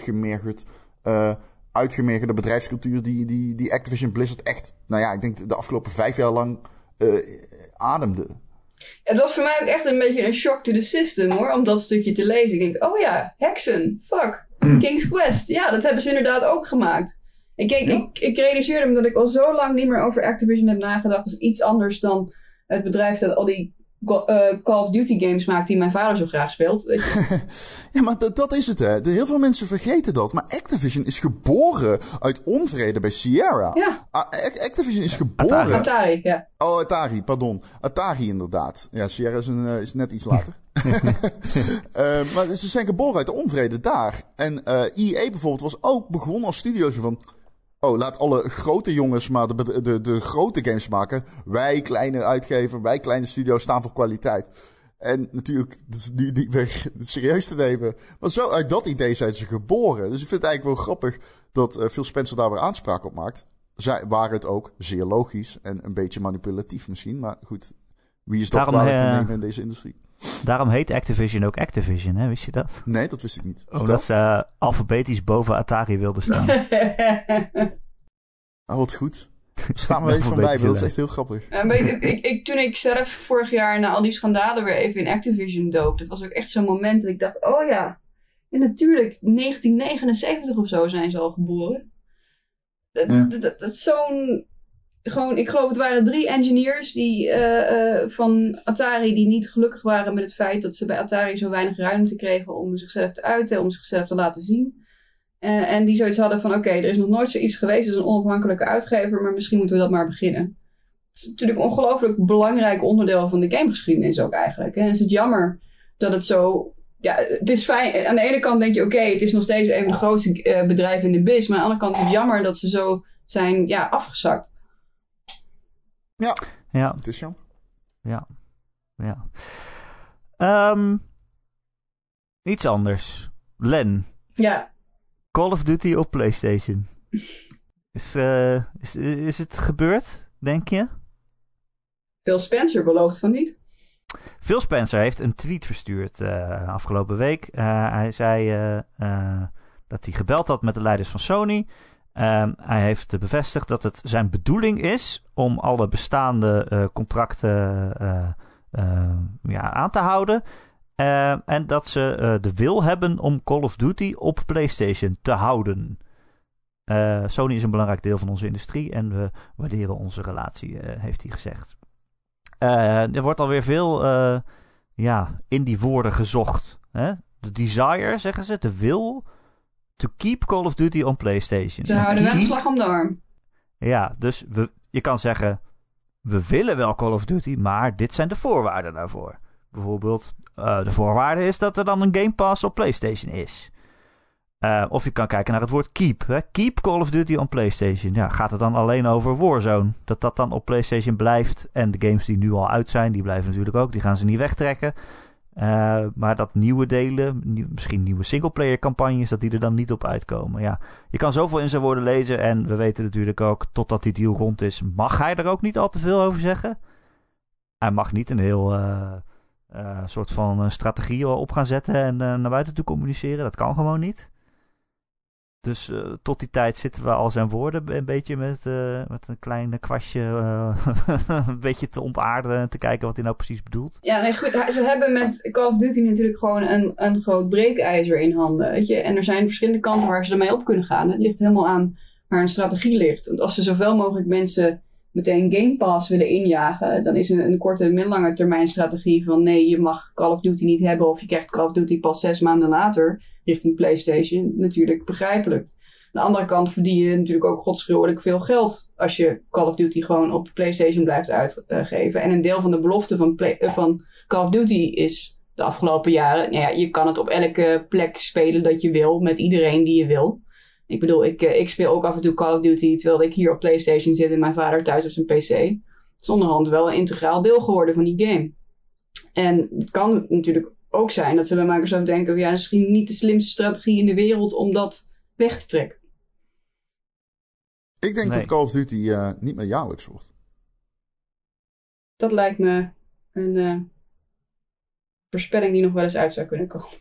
uitgemergerde bedrijfscultuur die Activision Blizzard echt, nou ja, ik denk de afgelopen 5 jaar lang ademde. Het was voor mij ook echt een beetje een shock to the system hoor, om dat stukje te lezen. Ik denk, oh ja, Hexen, fuck, King's Quest. Ja, dat hebben ze inderdaad ook gemaakt. Ik realiseerde me dat ik al zo lang niet meer over Activision heb nagedacht als iets anders dan het bedrijf dat al die Call of Duty games maakt die mijn vader zo graag speelt. Weet je? Ja, maar dat is het, hè. Heel veel mensen vergeten dat. Maar Activision is geboren uit onvrede bij Sierra. Ja. Activision is geboren... Atari, ja. Oh, Atari, pardon. Atari, inderdaad. Ja, Sierra is net iets later. Maar ze zijn geboren uit de onvrede daar. En EA bijvoorbeeld was ook begonnen als studio van... Oh, laat alle grote jongens maar de grote games maken. Wij, kleine uitgever, wij, kleine studio's, staan voor kwaliteit. En natuurlijk, dat is nu niet meer serieus te nemen. Maar zo uit dat idee zijn ze geboren. Dus ik vind het eigenlijk wel grappig dat Phil Spencer daar weer aanspraak op maakt. Zij waren het ook zeer logisch en een beetje manipulatief misschien. Maar goed, wie is dat kwalijk te nemen in deze industrie? Daarom heet Activision ook Activision, hè? Wist je dat? Nee, dat wist ik niet. Omdat ze alfabetisch boven Atari wilden staan. Oh, wat goed. Staan we even van bij, dat is echt heel grappig. Toen ik zelf vorig jaar na al die schandalen weer even in Activision dook, dat was ook echt zo'n moment dat ik dacht, oh ja, en natuurlijk, 1979 of zo zijn ze al geboren. Dat is zo'n... Gewoon, ik geloof het waren 3 engineers van Atari die niet gelukkig waren met het feit dat ze bij Atari zo weinig ruimte kregen om zichzelf te uiten, om zichzelf te laten zien. En die zoiets hadden van oké, er is nog nooit zoiets geweest als een onafhankelijke uitgever, maar misschien moeten we dat maar beginnen. Het is natuurlijk een ongelooflijk belangrijk onderdeel van de gamegeschiedenis ook eigenlijk. En is het jammer dat het zo... Ja, het is fijn. Aan de ene kant denk je oké, het is nog steeds een van de grootste bedrijven in de biz, maar aan de andere kant is het jammer dat ze zo zijn afgezakt. Ja, het is jammer. Ja. Iets anders. Len. Ja. Call of Duty op PlayStation. Is het gebeurd, denk je? Phil Spencer belooft van niet. Phil Spencer heeft een tweet verstuurd afgelopen week. Hij zei dat hij gebeld had met de leiders van Sony. Hij heeft bevestigd dat het zijn bedoeling is om alle bestaande contracten aan te houden. En dat ze de wil hebben om Call of Duty op PlayStation te houden. Sony is een belangrijk deel van onze industrie en we waarderen onze relatie, heeft hij gezegd. Er wordt alweer veel in die woorden gezocht. Hè? De desire, zeggen ze, de wil to keep Call of Duty on PlayStation. Ze houden wel een slag om de arm. Ja, dus je kan zeggen, we willen wel Call of Duty, maar dit zijn de voorwaarden daarvoor. Bijvoorbeeld, de voorwaarde is dat er dan een Game Pass op PlayStation is. Of je kan kijken naar het woord keep. Hè? Keep Call of Duty on PlayStation. Ja, gaat het dan alleen over Warzone? Dat dan op PlayStation blijft. En de games die nu al uit zijn, die blijven natuurlijk ook. Die gaan ze niet wegtrekken. Maar dat nieuwe delen, misschien nieuwe singleplayer campagnes, dat die er dan niet op uitkomen. Ja, je kan zoveel in zijn woorden lezen. En we weten natuurlijk ook, totdat die deal rond is, mag hij er ook niet al te veel over zeggen. Hij mag niet een heel soort van strategie op gaan zetten en naar buiten toe communiceren. Dat kan gewoon niet. Dus tot die tijd zitten we al zijn woorden een beetje met een klein kwastje een beetje te ontaarden en te kijken wat hij nou precies bedoelt. Ja, nee, goed. Ze hebben met Call of Duty natuurlijk gewoon een groot breekijzer in handen. Weet je? En er zijn verschillende kanten waar ze ermee op kunnen gaan. Het ligt helemaal aan waar een strategie ligt. Want als ze zoveel mogelijk mensen meteen Game Pass willen injagen, dan is een korte, middellange termijn strategie van nee, je mag Call of Duty niet hebben of je krijgt Call of Duty pas 6 maanden later richting PlayStation natuurlijk begrijpelijk. Aan de andere kant verdien je natuurlijk ook godschuwelijk veel geld als je Call of Duty gewoon op de PlayStation blijft uitgeven. En een deel van de belofte van Call of Duty is de afgelopen jaren, nou ja, je kan het op elke plek spelen dat je wil, met iedereen die je wil. Ik bedoel, ik speel ook af en toe Call of Duty terwijl ik hier op PlayStation zit en mijn vader thuis op zijn PC. Het is onderhand wel een integraal deel geworden van die game. En het kan natuurlijk ook zijn dat ze bij Microsoft denken, ja, misschien niet de slimste strategie in de wereld om dat weg te trekken. Ik denk dat Call of Duty niet meer jaarlijks wordt. Dat lijkt me een voorspelling die nog wel eens uit zou kunnen komen.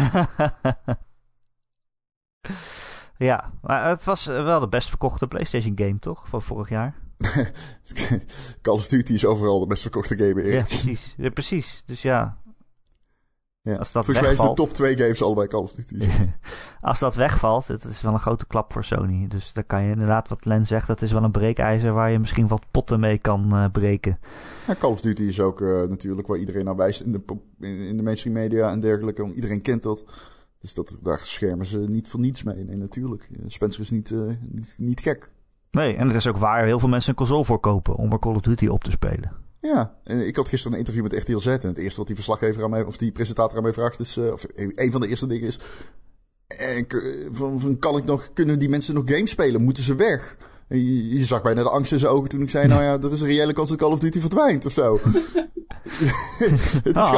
Ja, maar het was wel de best verkochte PlayStation game, toch? Van vorig jaar. Call of Duty is overal de best verkochte game. Ja, precies. Ja, precies. Dus ja. Als dat volgens mij is de top 2 games allebei Call of Duty. Als dat wegvalt, het is wel een grote klap voor Sony. Dus dan kan je inderdaad, wat Len zegt, dat is wel een breekijzer waar je misschien wat potten mee kan breken. Ja, Call of Duty is ook natuurlijk waar iedereen naar wijst in de mainstream media en dergelijke. Iedereen kent dat. Dus daar schermen ze niet voor niets mee. Nee, natuurlijk. Spencer is niet gek. Nee, en het is ook waar heel veel mensen een console voor kopen om er Call of Duty op te spelen. Ja, en ik had gisteren een interview met RTL Z. En het eerste wat die verslaggever aan mij, of die presentator aan mij vraagt is, of een van de eerste dingen is, kunnen die mensen nog games spelen? Moeten ze weg? En je zag bijna de angst in zijn ogen toen ik zei, nou ja, er is een reële kans dat Call of Duty verdwijnt of zo. Het is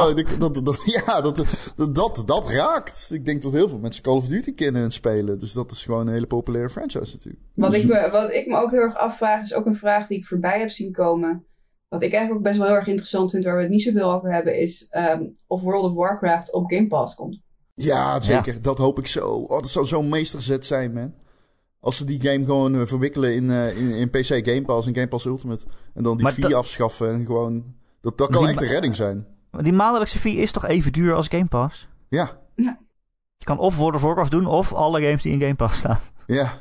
gewoon, dat raakt. Ik denk dat heel veel mensen Call of Duty kennen en spelen. Dus dat is gewoon een hele populaire franchise natuurlijk. Wat ik me ook heel erg afvraag, is ook een vraag die ik voorbij heb zien komen. Wat ik eigenlijk ook best wel heel erg interessant vind, waar we het niet zoveel over hebben, is of World of Warcraft op Game Pass komt. Ja, zeker. Ja. Dat hoop ik zo. Oh, dat zou zo'n meesterzet zijn, man. Als ze die game gewoon verwikkelen in PC Game Pass en Game Pass Ultimate. En dan die fee afschaffen en gewoon... Dat kan echt een redding zijn. Maar die maandelijkse fee is toch even duur als Game Pass? Ja. Je kan of World of Warcraft doen of alle games die in Game Pass staan. Ja.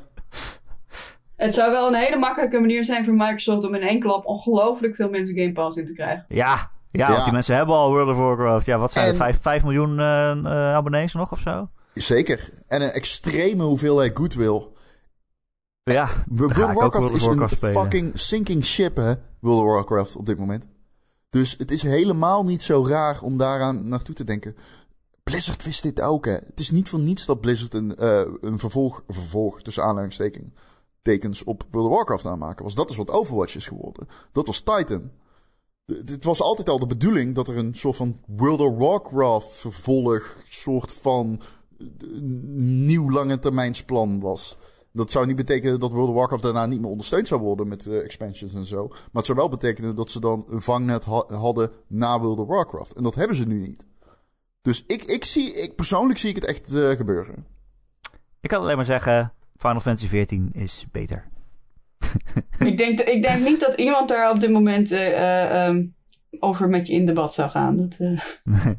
Het zou wel een hele makkelijke manier zijn voor Microsoft om in één klap ongelooflijk veel mensen Game Pass in te krijgen. Ja, want die mensen hebben al World of Warcraft. Ja, wat zijn het? 5 miljoen abonnees nog of zo? Zeker. En een extreme hoeveelheid goodwill. Ja, World of Warcraft is een fucking sinking ship, hè? World of Warcraft op dit moment. Dus het is helemaal niet zo raar om daaraan naartoe te denken. Blizzard wist dit ook, hè. Het is niet voor niets dat Blizzard een vervolg tussen aanhalingstekens op World of Warcraft aanmaken was. Dat is wat Overwatch is geworden. Dat was Titan. Het was altijd al de bedoeling dat er een soort van World of Warcraft vervolg, soort van nieuw lange termijnsplan was. Dat zou niet betekenen dat World of Warcraft daarna niet meer ondersteund zou worden met expansions en zo. Maar het zou wel betekenen dat ze dan een vangnet hadden na World of Warcraft. En dat hebben ze nu niet. Dus ik persoonlijk zie ik het echt gebeuren. Ik kan alleen maar zeggen, Final Fantasy XIV is beter. Ik denk niet dat iemand daar op dit moment over met je in debat zou gaan. Nee.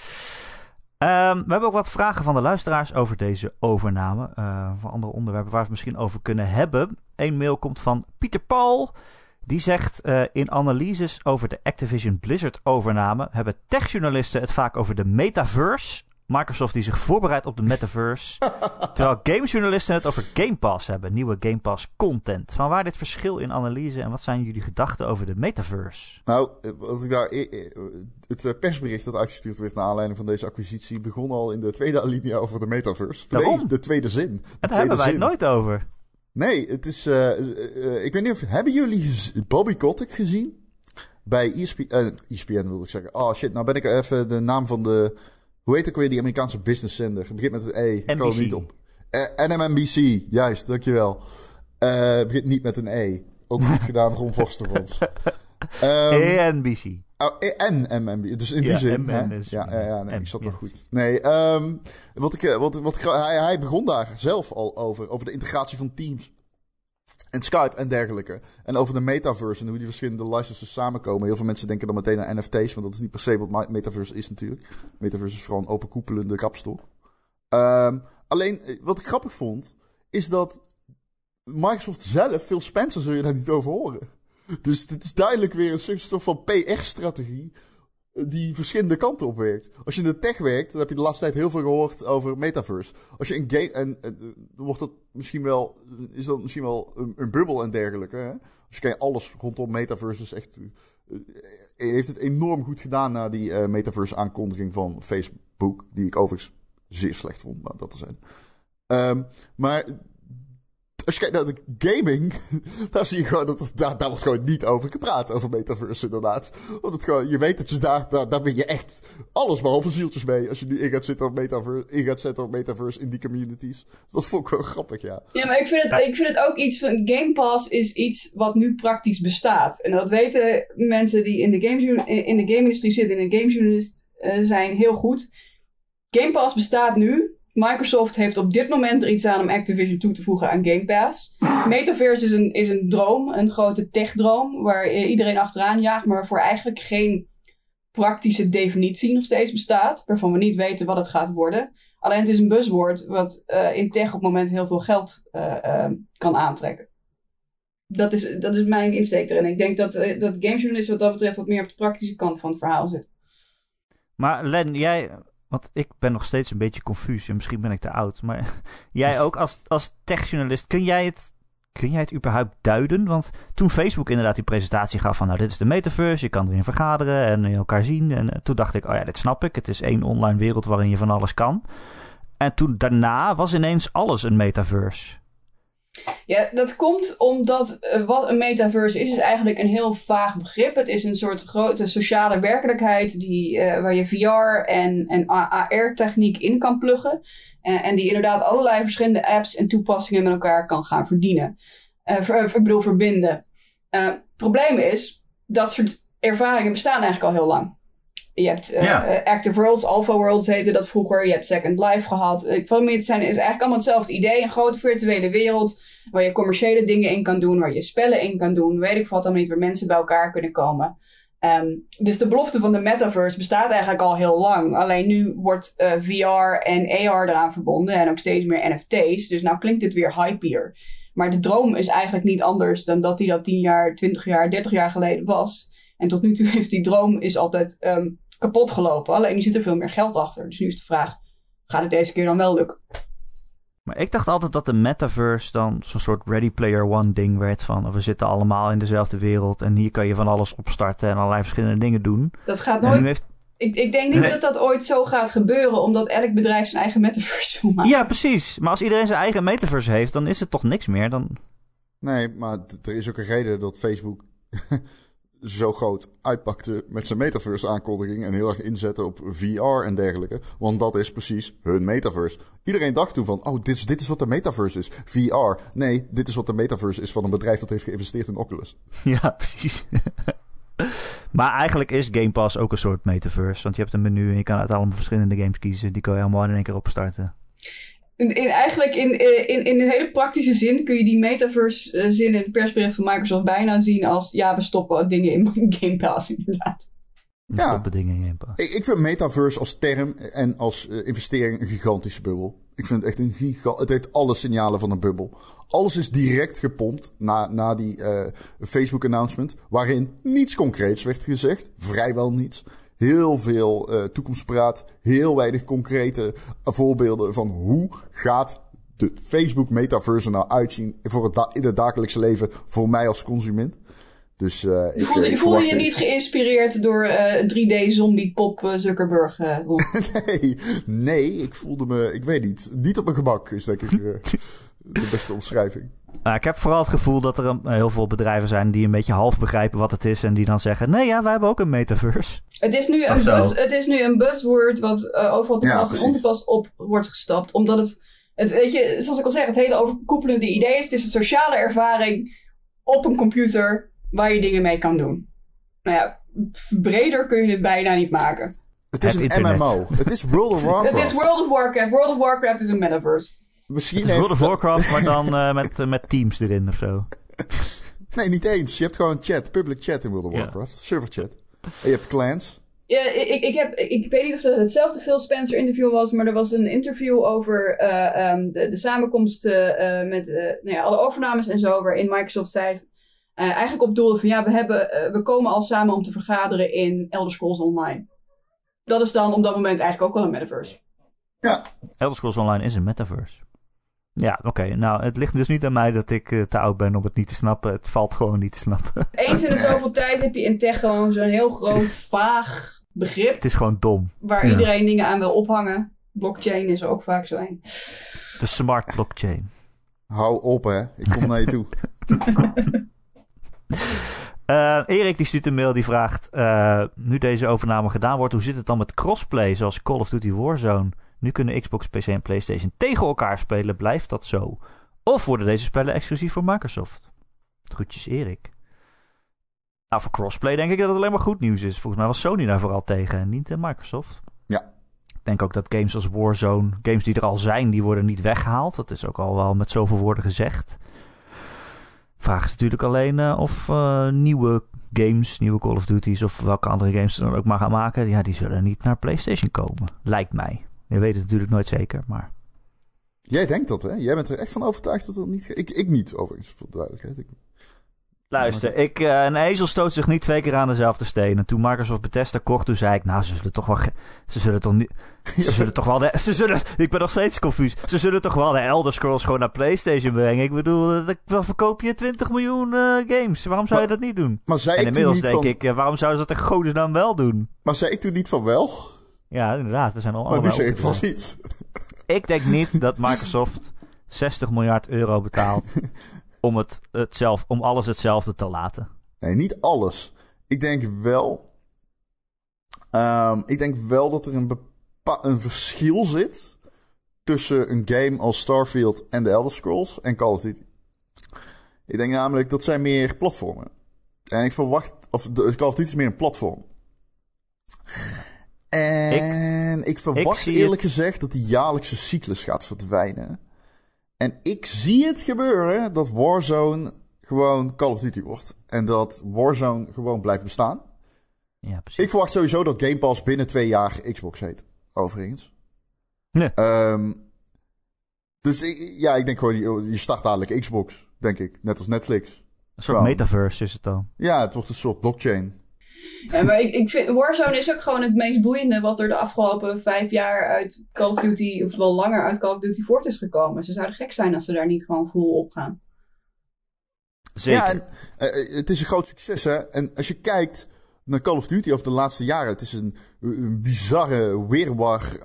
We hebben ook wat vragen van de luisteraars over deze overname. Van andere onderwerpen waar we het misschien over kunnen hebben. Eén mail komt van Pieter Paul. Die zegt, in analyses over de Activision Blizzard overname hebben techjournalisten het vaak over de metaverse Microsoft die zich voorbereidt op de metaverse. Terwijl gamejournalisten het over Game Pass hebben. Nieuwe Game Pass content. Vanwaar dit verschil in analyse en wat zijn jullie gedachten over de metaverse? Nou, wat ik daar, het persbericht dat uitgestuurd werd naar aanleiding van deze acquisitie begon al in de tweede alinea over de metaverse. Waarom? Nee, de tweede zin. Daar hebben wij het nooit over. Nee, het is... ik weet niet of... Hebben jullie Bobby Kotick gezien? Bij ESPN wilde ik zeggen. Oh shit, nou ben ik even de naam van de... Hoe heet ook weer die Amerikaanse business zender? Het begint met een E. Ik kom er niet op. NMNBC, juist, dankjewel. Begint niet met een E. Ook goed gedaan, Ron Vostermans. NBC. NMNBC, dus in die zin. Nee, ik zat nog goed. Nee, hij begon daar zelf al over de integratie van Teams. En Skype en dergelijke. En over de metaverse en hoe die verschillende licenses samenkomen. Heel veel mensen denken dan meteen aan NFT's, want dat is niet per se wat metaverse is natuurlijk. Metaverse is vooral een openkoepelende kapstok. Alleen, wat ik grappig vond, is dat Microsoft zelf, Phil Spencer, zul je daar niet over horen. Dus dit is duidelijk weer een soort van PR-strategie die verschillende kanten op werkt. Als je in de tech werkt, dan heb je de laatste tijd heel veel gehoord over metaverse. Als je in game... En wordt dat misschien wel... Is dat misschien wel een bubbel en dergelijke. Hè? Als je kijkt, alles rondom metaverse is echt... heeft het enorm goed gedaan na die metaverse aankondiging van Facebook. Die ik overigens zeer slecht vond, maar dat te zijn. Maar... Als je kijkt naar de gaming, daar zie je gewoon dat daar wordt gewoon niet over gepraat, over metaverse inderdaad. Want het gewoon, je weet dat je daar ben je echt alles behalve zieltjes mee. Als je nu in gaat zetten op metaverse in die communities. Dat vond ik wel grappig, ja. Ja, maar ik vind het ook iets van, Game Pass is iets wat nu praktisch bestaat. En dat weten mensen die in de game-industrie zitten en een gamejournalist zijn heel goed. Game Pass bestaat nu. Microsoft heeft op dit moment er iets aan om Activision toe te voegen aan Game Pass. Metaverse is een droom, een grote tech-droom, waar iedereen achteraan jaagt, maar waarvoor eigenlijk geen praktische definitie nog steeds bestaat, waarvan we niet weten wat het gaat worden. Alleen het is een buzzword wat in tech op het moment heel veel geld kan aantrekken. Dat is mijn insteek erin. Ik denk dat gamejournalisten wat dat betreft wat meer op de praktische kant van het verhaal zitten. Maar Len, jij... Want ik ben nog steeds een beetje confuus en misschien ben ik te oud. Maar jij ook als techjournalist, kun jij het überhaupt duiden? Want toen Facebook inderdaad die presentatie gaf van... nou, dit is de metaverse, je kan erin vergaderen en elkaar zien. En toen dacht ik, oh ja, dit snap ik. Het is één online wereld waarin je van alles kan. En toen daarna was ineens alles een metaverse. Ja, dat komt omdat wat een metaverse is eigenlijk een heel vaag begrip. Het is een soort grote sociale werkelijkheid waar je VR en AR-techniek in kan pluggen. En die inderdaad allerlei verschillende apps en toepassingen met elkaar kan gaan verbinden. Het probleem is, dat soort ervaringen bestaan eigenlijk al heel lang. Je hebt Active Worlds, Alpha Worlds heette dat vroeger. Je hebt Second Life gehad. Het is eigenlijk allemaal hetzelfde idee. Een grote virtuele wereld waar je commerciële dingen in kan doen. Waar je spellen in kan doen. Weet ik wat dan niet. Waar mensen bij elkaar kunnen komen. Dus de belofte van de metaverse bestaat eigenlijk al heel lang. Alleen nu wordt VR en AR eraan verbonden. En ook steeds meer NFT's. Dus nou klinkt het weer hypier. Maar de droom is eigenlijk niet anders dan dat die dat 10 jaar, 20 jaar, 30 jaar geleden was. En tot nu toe heeft die droom is altijd kapot gelopen. Alleen nu zit er veel meer geld achter. Dus nu is de vraag, gaat het deze keer dan wel lukken? Maar ik dacht altijd dat de metaverse dan zo'n soort Ready Player One ding werd van... we zitten allemaal in dezelfde wereld en hier kan je van alles opstarten en allerlei verschillende dingen doen. Dat gaat nooit... Ik denk niet dat dat ooit zo gaat gebeuren, omdat elk bedrijf zijn eigen metaverse wil maken. Ja, precies. Maar als iedereen zijn eigen metaverse heeft, dan is het toch niks meer. Nee, maar er is ook een reden dat Facebook zo groot uitpakte met zijn metaverse-aankondiging en heel erg inzetten op VR en dergelijke. Want dat is precies hun metaverse. Iedereen dacht toen van, dit is wat de metaverse is. VR. Nee, dit is wat de metaverse is van een bedrijf dat heeft geïnvesteerd in Oculus. Ja, precies. Maar eigenlijk is Game Pass ook een soort metaverse. Want je hebt een menu en je kan uit allemaal verschillende games kiezen. Die kan je allemaal in één keer opstarten. Eigenlijk in een hele praktische zin kun je die metaverse zin in het persbericht van Microsoft bijna zien als... ja, we stoppen dingen in Game Pass inderdaad. We stoppen dingen in Game Pass. Ik vind metaverse als term en als investering een gigantische bubbel. Ik vind het echt het heeft alle signalen van een bubbel. Alles is direct gepompt na die Facebook announcement, waarin niets concreets werd gezegd. Vrijwel niets. Heel veel toekomstpraat. Heel weinig concrete voorbeelden van hoe gaat de Facebook metaverse er nou uitzien in het dagelijkse leven voor mij als consument. Dus voel je niet geïnspireerd door 3D zombie pop Zuckerberg? Nee, ik voelde me, ik weet niet op mijn gemak is denk ik de beste omschrijving. Nou, ik heb vooral het gevoel dat er heel veel bedrijven zijn die een beetje half begrijpen wat het is en die dan zeggen, nee ja, wij hebben ook een metaverse. Het is nu een buzzword wat overal te pas en ontepas op wordt gestapt, omdat het weet je, zoals ik al zeg, het hele overkoepelende idee is, het is een sociale ervaring op een computer waar je dingen mee kan doen. Nou ja, breder kun je het bijna niet maken. Het is een MMO. Het is World of Warcraft. Het is World of Warcraft. World of Warcraft is een metaverse. Misschien World of Warcraft, maar dan met teams erin of zo. Nee, niet eens. Je hebt gewoon chat, public chat in World of Warcraft. Server chat. En je hebt clans. Ja, ik weet niet of het hetzelfde Phil Spencer interview was, maar er was een interview over de samenkomst met alle overnames en zo, waarin Microsoft zei, eigenlijk op doelde van ja, we komen al samen om te vergaderen in Elder Scrolls Online. Dat is dan op dat moment eigenlijk ook wel een metaverse. Ja. Elder Scrolls Online is een metaverse. Ja, oké. Nou, het ligt dus niet aan mij dat ik te oud ben om het niet te snappen. Het valt gewoon niet te snappen. Eens in de zoveel tijd heb je in tech gewoon zo'n heel groot, vaag begrip. Het is gewoon dom. Waar iedereen dingen aan wil ophangen. Blockchain is er ook vaak zo een. De smart blockchain. Hou op, hè. Ik kom naar je toe. Erik die stuurt een mail die vraagt, nu deze overname gedaan wordt, hoe zit het dan met crossplay zoals Call of Duty Warzone? Nu kunnen Xbox, PC en PlayStation tegen elkaar spelen. Blijft dat zo? Of worden deze spellen exclusief voor Microsoft? Groetjes Erik. Nou, voor crossplay denk ik dat het alleen maar goed nieuws is. Volgens mij was Sony daar vooral tegen en niet Microsoft. Ja. Ik denk ook dat games als Warzone, games die er al zijn, die worden niet weggehaald. Dat is ook al wel met zoveel woorden gezegd. Vraag is natuurlijk alleen of nieuwe games, nieuwe Call of Duty's of welke andere games ze dan ook maar gaan maken. Ja, die zullen niet naar PlayStation komen. Lijkt mij. Je weet het natuurlijk nooit zeker, maar... Jij denkt dat, hè? Jij bent er echt van overtuigd dat het niet... Ik niet, overigens, voor de duidelijkheid. Luister, een ezel stoot zich niet 2 keer aan dezelfde steen. En toen Microsoft Bethesda kocht, toen zei ik... Nou, ik ben nog steeds confus. Ze zullen toch wel de Elder Scrolls gewoon naar PlayStation brengen. Ik bedoel, dan verkoop je 20 miljoen games. Waarom zou je dat niet doen? Maar zei en inmiddels denk van... ik, waarom zouden ze dat in godesnaam wel doen? Maar zei ik toen niet van wel? Ja, inderdaad. We zijn al maar nu zeg ik van niet. Ik denk niet dat Microsoft 60 miljard euro betaalt om alles hetzelfde te laten. Nee, niet alles. Ik denk wel dat er een verschil zit tussen een game als Starfield en de Elder Scrolls en Call of Duty. Ik denk namelijk dat zij meer platformen. En ik verwacht... Call of Duty is meer een platform. En ik verwacht eerlijk gezegd dat die jaarlijkse cyclus gaat verdwijnen. En ik zie het gebeuren dat Warzone gewoon Call of Duty wordt. En dat Warzone gewoon blijft bestaan. Ja, precies. Ik verwacht sowieso dat Game Pass binnen 2 jaar Xbox heet. Overigens. Nee. Dus ik denk gewoon, je start dadelijk Xbox, denk ik. Net als Netflix. Een soort metaverse is het dan. Ja, het wordt een soort blockchain. Ja, maar ik vind Warzone is ook gewoon het meest boeiende wat er de afgelopen 5 jaar uit Call of Duty, of wel langer uit Call of Duty voort is gekomen. Ze zouden gek zijn als ze daar niet gewoon full op gaan. Zeker. Ja, en het is een groot succes, hè. En als je kijkt naar Call of Duty over de laatste jaren, het is een bizarre wirwar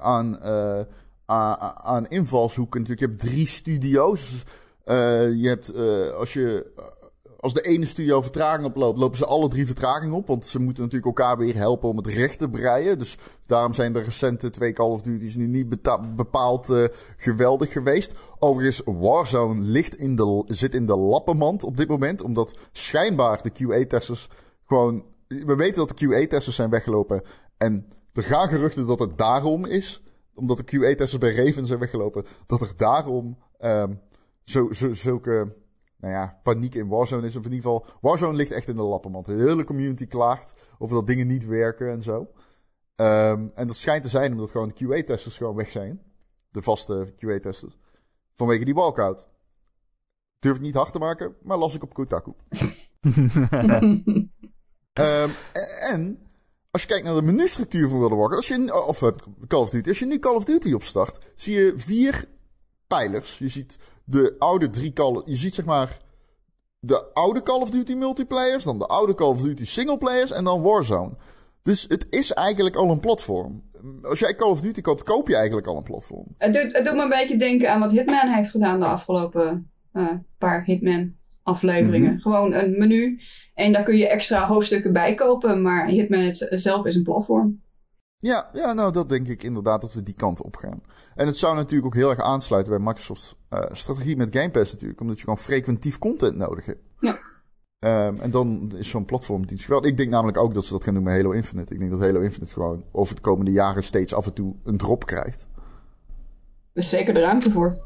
aan invalshoeken. Natuurlijk, je hebt 3 studio's. Je hebt, als de ene studio vertraging oploopt, lopen ze alle 3 vertraging op. Want ze moeten natuurlijk elkaar weer helpen om het recht te breien. Dus daarom zijn de recente 2 Call of Duty's nu niet bepaald geweldig geweest. Overigens, Warzone zit in de lappenmand op dit moment. Omdat schijnbaar de QA-testers gewoon... We weten dat de QA-testers zijn weggelopen. En er gaan geruchten dat het daarom is. Omdat de QA-testers bij Raven zijn weggelopen. Dat er daarom zulke... paniek in Warzone is. Of in ieder geval, Warzone ligt echt in de lappenmand. De hele community klaagt over dat dingen niet werken en zo. En dat schijnt te zijn omdat gewoon de QA-testers gewoon weg zijn. De vaste QA-testers. Vanwege die walkout. Durf ik niet hard te maken, maar las ik op Kotaku. En als je kijkt naar de menustructuur van World of Warcraft, Call of Duty. Als je nu Call of Duty opstart, zie je 4 pijlers. Je ziet de oude 3 je ziet zeg maar de oude Call of Duty multiplayers, dan de oude Call of Duty singleplayers en dan Warzone. Dus het is eigenlijk al een platform. Als jij Call of Duty koopt, koop je eigenlijk al een platform. Het doet me een beetje denken aan wat Hitman heeft gedaan de afgelopen paar Hitman-afleveringen. Mm-hmm. Gewoon een menu en daar kun je extra hoofdstukken bij kopen, maar Hitman zelf is een platform. Ja, nou dat denk ik inderdaad dat we die kant op gaan. En het zou natuurlijk ook heel erg aansluiten bij Microsoft's strategie met Game Pass natuurlijk. Omdat je gewoon frequentief content nodig hebt. Ja. En dan is zo'n platformdienst geweldig. Ik denk namelijk ook dat ze dat gaan doen met Halo Infinite. Ik denk dat Halo Infinite gewoon over de komende jaren steeds af en toe een drop krijgt. Er is zeker de ruimte voor.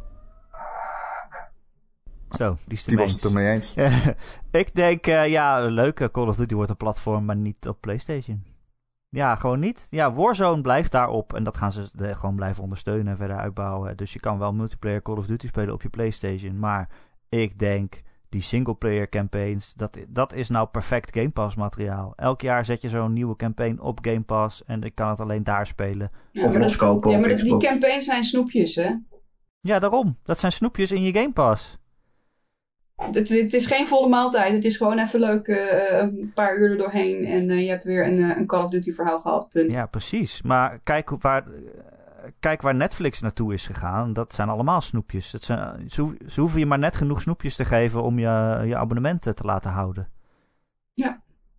Zo, die was het ermee eens. Ik denk, leuk, Call of Duty wordt een platform, maar niet op PlayStation. Ja, gewoon niet. Ja, Warzone blijft daarop en dat gaan ze gewoon blijven ondersteunen en verder uitbouwen. Dus je kan wel multiplayer Call of Duty spelen op je PlayStation, maar ik denk die singleplayer campaigns, dat is nou perfect Game Pass materiaal. Elk jaar zet je zo'n nieuwe campaign op Game Pass en ik kan het alleen daar spelen. Ja, Of loskopen. Ja, of maar Xbox. die campagnes zijn snoepjes, hè? Ja, daarom. Dat zijn snoepjes in je Game Pass. Het is geen volle maaltijd. Het is gewoon even leuk een paar uur er doorheen. En je hebt weer een Call of Duty verhaal gehad. Punt. Ja, precies. Maar kijk waar Netflix naartoe is gegaan. Dat zijn allemaal snoepjes. Ze hoeven je maar net genoeg snoepjes te geven om je abonnementen te laten houden. Ja.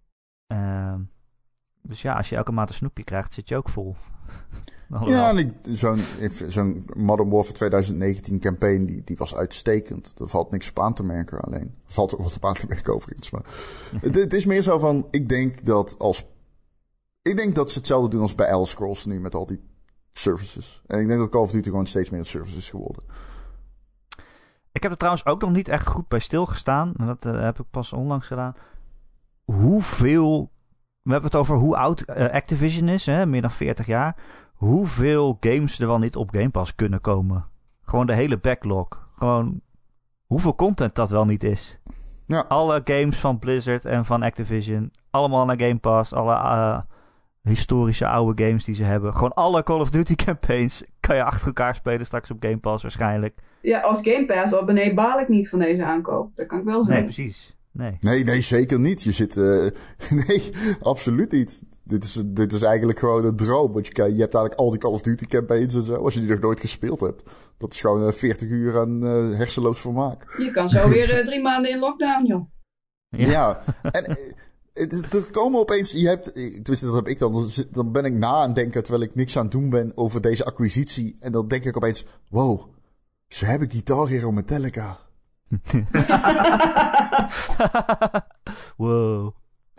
Dus ja, als je elke maand een snoepje krijgt, zit je ook vol. Ja, en zo'n Modern Warfare 2019 campaign, die was uitstekend. Er valt niks op aan te merken alleen. Er valt ook wat op aan te merken overigens. Maar het is meer zo van, ik denk dat ze hetzelfde doen als bij Elder Scrolls nu met al die services. En ik denk dat Call of Duty gewoon steeds meer een service is geworden. Ik heb er trouwens ook nog niet echt goed bij stilgestaan. En dat heb ik pas onlangs gedaan. We hebben het over hoe oud Activision is, hè? Meer dan 40 jaar. Hoeveel games er wel niet op Game Pass kunnen komen. Gewoon de hele backlog. Gewoon hoeveel content dat wel niet is. Ja. Alle games van Blizzard en van Activision. Allemaal naar Game Pass. Alle historische oude games die ze hebben. Gewoon alle Call of Duty campaigns kan je achter elkaar spelen straks op Game Pass waarschijnlijk. Ja, als Game Pass abonnee baal ik niet van deze aankoop. Dat kan ik wel zeggen. Nee, precies. Nee, zeker niet. Je zit... nee, absoluut niet. Dit is eigenlijk gewoon een droom. Want je hebt eigenlijk al die Call of Duty campaigns en zo. Als je die nog nooit gespeeld hebt. Dat is gewoon 40 uur aan hersenloos vermaak. Je kan zo weer 3 maanden in lockdown, joh. Ja. En er komen opeens... Tenminste, dat heb ik dan. Dan ben ik na aan het denken terwijl ik niks aan het doen ben over deze acquisitie. En dan denk ik opeens... Wow, ze hebben Guitar Hero Metallica. Wow.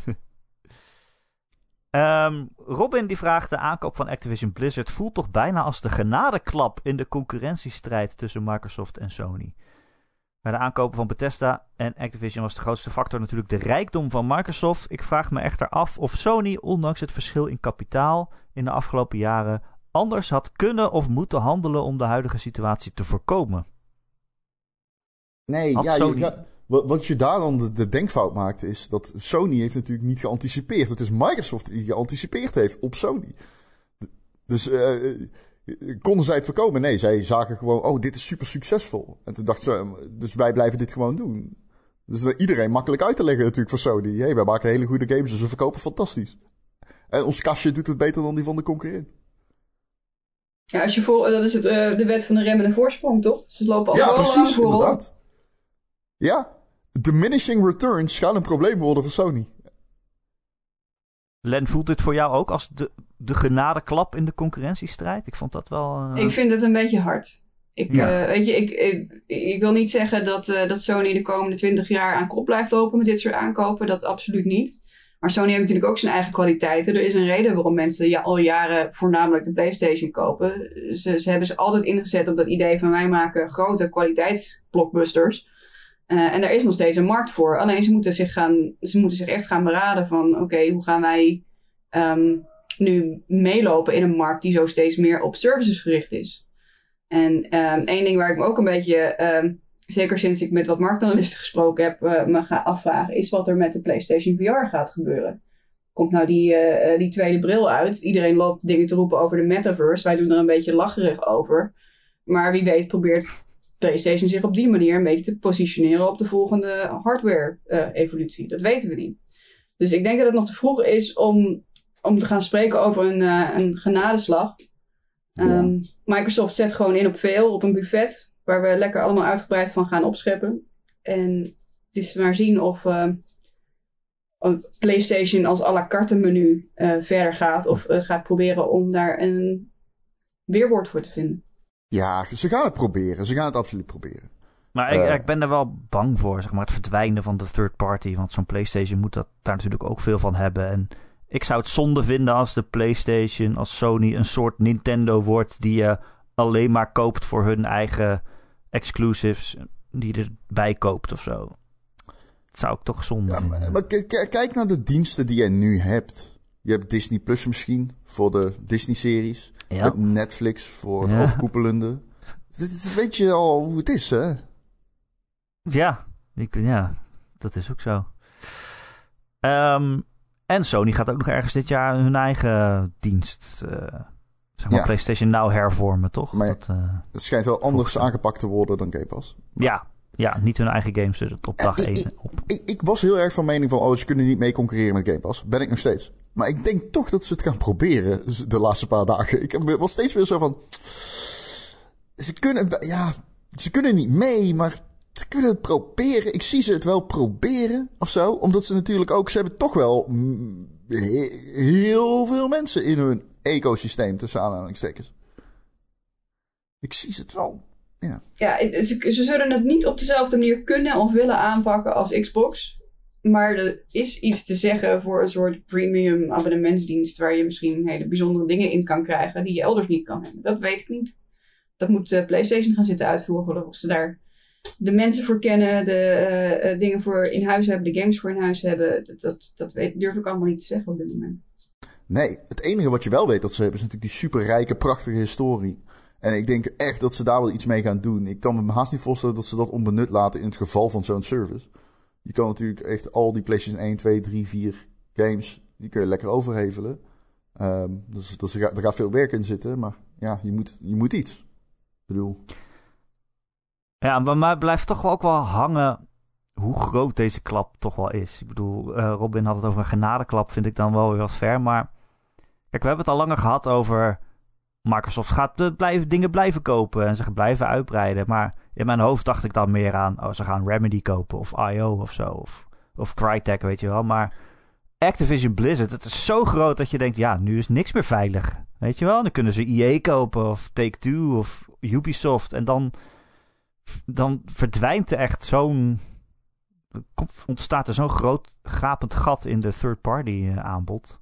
Robin die vraagt: de aankoop van Activision Blizzard voelt toch bijna als de genadeklap in de concurrentiestrijd tussen Microsoft en Sony. Bij de aankopen van Bethesda en Activision was de grootste factor natuurlijk de rijkdom van Microsoft. Ik vraag me echter af of Sony, ondanks het verschil in kapitaal in de afgelopen jaren, anders had kunnen of moeten handelen om de huidige situatie te voorkomen. Nee, wat je daar dan de denkfout maakt is dat Sony heeft natuurlijk niet geanticipeerd. Het is Microsoft die geanticipeerd heeft op Sony. Dus konden zij het voorkomen? Nee, zij zagen gewoon, dit is super succesvol. En toen dachten ze, dus wij blijven dit gewoon doen. Dus iedereen makkelijk uit te leggen natuurlijk voor Sony. Hey, wij maken hele goede games, dus we verkopen fantastisch. En ons kastje doet het beter dan die van de concurrent. Ja, dat is de wet van de rem en de voorsprong, toch? Ze lopen al ja, wel precies, lang voor. Inderdaad. Ja, diminishing returns gaan een probleem worden voor Sony. Len, voelt dit voor jou ook als de genadeklap in de concurrentiestrijd? Ik vond dat wel... Ik vind het een beetje hard. Ik wil niet zeggen dat Sony de komende 20 jaar aan kop blijft lopen met dit soort aankopen. Dat absoluut niet. Maar Sony heeft natuurlijk ook zijn eigen kwaliteiten. Er is een reden waarom mensen al jaren voornamelijk de PlayStation kopen. Ze hebben ze altijd ingezet op dat idee van wij maken grote kwaliteitsblockbusters. En daar is nog steeds een markt voor. Alleen ze moeten zich echt gaan beraden van oké, hoe gaan wij nu meelopen in een markt die zo steeds meer op services gericht is. En één ding waar ik me ook een beetje, zeker sinds ik met wat marktanalisten gesproken heb, me ga afvragen, is wat er met de PlayStation VR gaat gebeuren. komt nou die tweede bril uit. Iedereen loopt dingen te roepen over de metaverse. Wij doen er een beetje lacherig over. Maar wie weet probeert PlayStation zich op die manier een beetje te positioneren op de volgende hardware-evolutie. Dat weten we niet. Dus ik denk dat het nog te vroeg is om te gaan spreken over een genadeslag. Microsoft zet gewoon in op veel, op een buffet, waar we lekker allemaal uitgebreid van gaan opscheppen. En het is maar zien of PlayStation als à la carte menu verder gaat, of gaat proberen om daar een weerwoord voor te vinden. Ja, ze gaan het proberen. Ze gaan het absoluut proberen. Maar ik ben er wel bang voor, zeg maar, het verdwijnen van de third party. Want zo'n PlayStation moet daar natuurlijk ook veel van hebben. En ik zou het zonde vinden als de PlayStation, als Sony een soort Nintendo wordt die je alleen maar koopt voor hun eigen exclusives die je erbij koopt of zo. Dat zou ik toch zonde vinden. Maar kijk naar de diensten die je nu hebt. Je hebt Disney Plus misschien voor de Disney-series. Ja. Je hebt Netflix voor het overkoepelende. Dus dit is een beetje al hoe het is, hè? Ja, dat is ook zo. En Sony gaat ook nog ergens dit jaar hun eigen dienst, zeg maar PlayStation Now hervormen, toch? Maar het schijnt wel anders aangepakt te worden dan Game Pass. Ja, niet hun eigen games op dag 1. Ik was heel erg van mening van, ze kunnen niet mee concurreren met Game Pass. Ben ik nog steeds. Maar ik denk toch dat ze het gaan proberen de laatste paar dagen. Ik was steeds weer zo van, ze kunnen niet mee, maar ze kunnen het proberen. Ik zie ze het wel proberen of zo. Omdat ze natuurlijk ook, ze hebben toch wel heel veel mensen in hun ecosysteem, tussen aanhalingstekens. Ik zie ze het wel. Ja, ze zullen het niet op dezelfde manier kunnen of willen aanpakken als Xbox. Maar er is iets te zeggen voor een soort premium abonnementsdienst waar je misschien hele bijzondere dingen in kan krijgen die je elders niet kan hebben. Dat weet ik niet. Dat moet PlayStation gaan zitten uitvoeren of ze daar de mensen voor kennen, de dingen voor in huis hebben, de games voor in huis hebben. Dat durf ik allemaal niet te zeggen op dit moment. Nee, het enige wat je wel weet dat ze hebben is natuurlijk die superrijke, prachtige historie. En ik denk echt dat ze daar wel iets mee gaan doen. Ik kan me haast niet voorstellen dat ze dat onbenut laten in het geval van zo'n service. Je kan natuurlijk echt al die PlayStation 1, 2, 3, 4 games, die kun je lekker overhevelen. Dus er gaat veel werk in zitten, maar ja, je moet iets. Ik bedoel. Ja, maar mij blijft toch wel ook wel hangen hoe groot deze klap toch wel is. Ik bedoel, Robin had het over een genadeklap, vind ik dan wel weer wat ver. Maar kijk, we hebben het al langer gehad over Microsoft gaat dingen blijven kopen en ze gaan blijven uitbreiden. Maar in mijn hoofd dacht ik dan meer aan, ze gaan Remedy kopen of IO of zo. Of Crytek, weet je wel. Maar Activision Blizzard, het is zo groot dat je denkt, ja, nu is niks meer veilig. Weet je wel, dan kunnen ze EA kopen of Take-Two of Ubisoft. En dan verdwijnt er echt ontstaat er zo'n groot gapend gat in de third-party aanbod.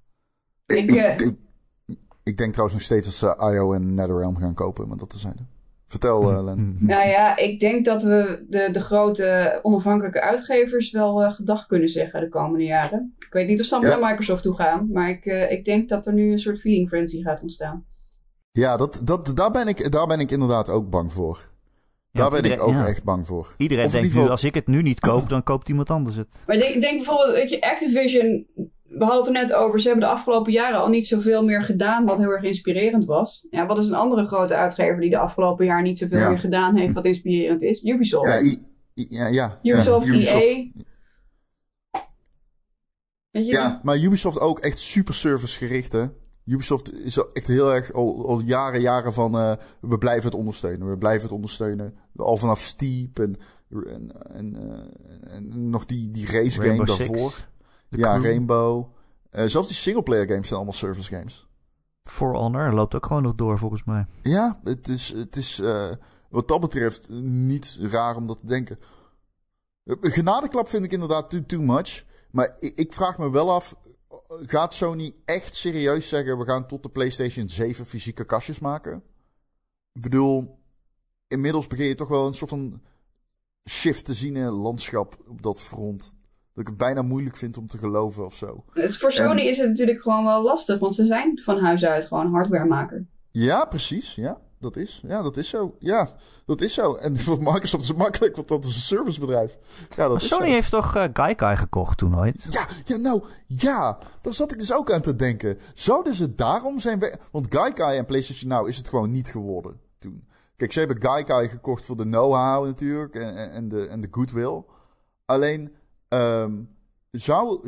Ik denk trouwens nog steeds dat ze IO en NetherRealm gaan kopen, maar dat terzijde. Vertel, Len. Nou ja, ik denk dat we de grote onafhankelijke uitgevers wel gedag kunnen zeggen de komende jaren. Ik weet niet of ze allemaal naar Microsoft toe gaan, maar ik denk dat er nu een soort feeding frenzy gaat ontstaan. Ja, daar ben ik inderdaad ook bang voor. Daar ben ik ook echt bang voor. Iedereen denkt nu, als ik het nu niet koop, dan koopt iemand anders het. Maar ik denk bijvoorbeeld, weet je, Activision, we hadden het er net over, ze hebben de afgelopen jaren al niet zoveel meer gedaan wat heel erg inspirerend was. Ja, wat is een andere grote uitgever die de afgelopen jaar niet zoveel meer gedaan heeft wat inspirerend is? Ubisoft. Ubisoft, EA. Weet je? Ja, maar Ubisoft ook echt super service gericht, hè? Ubisoft is echt heel erg al jaren van we blijven het ondersteunen. We blijven het ondersteunen. Al vanaf Steep en nog die race game daarvoor. Rainbow. Zelfs die singleplayer games zijn allemaal service games. For Honor loopt ook gewoon nog door volgens mij. Ja, het is wat dat betreft niet raar om dat te denken. Genadeklap vind ik inderdaad too much. Maar ik vraag me wel af, gaat Sony echt serieus zeggen, we gaan tot de PlayStation 7 fysieke kastjes maken? Ik bedoel, inmiddels begin je toch wel een soort van shift te zien in het landschap op dat front. Dat ik het bijna moeilijk vind om te geloven of zo. Dus voor Sony is het natuurlijk gewoon wel lastig, want ze zijn van huis uit gewoon hardwaremaker. Ja, precies. Ja. dat is zo. Ja, dat is zo. En voor Microsoft is het makkelijk, want dat is een servicebedrijf. Ja, dat is Sony zo. heeft toch Gaikai gekocht toen ooit? Ja, daar zat ik dus ook aan te denken. Zouden ze daarom zijn... Want Gaikai en PlayStation Now is het gewoon niet geworden toen. Kijk, ze hebben Gaikai gekocht voor de know-how natuurlijk en de goodwill. Alleen, zou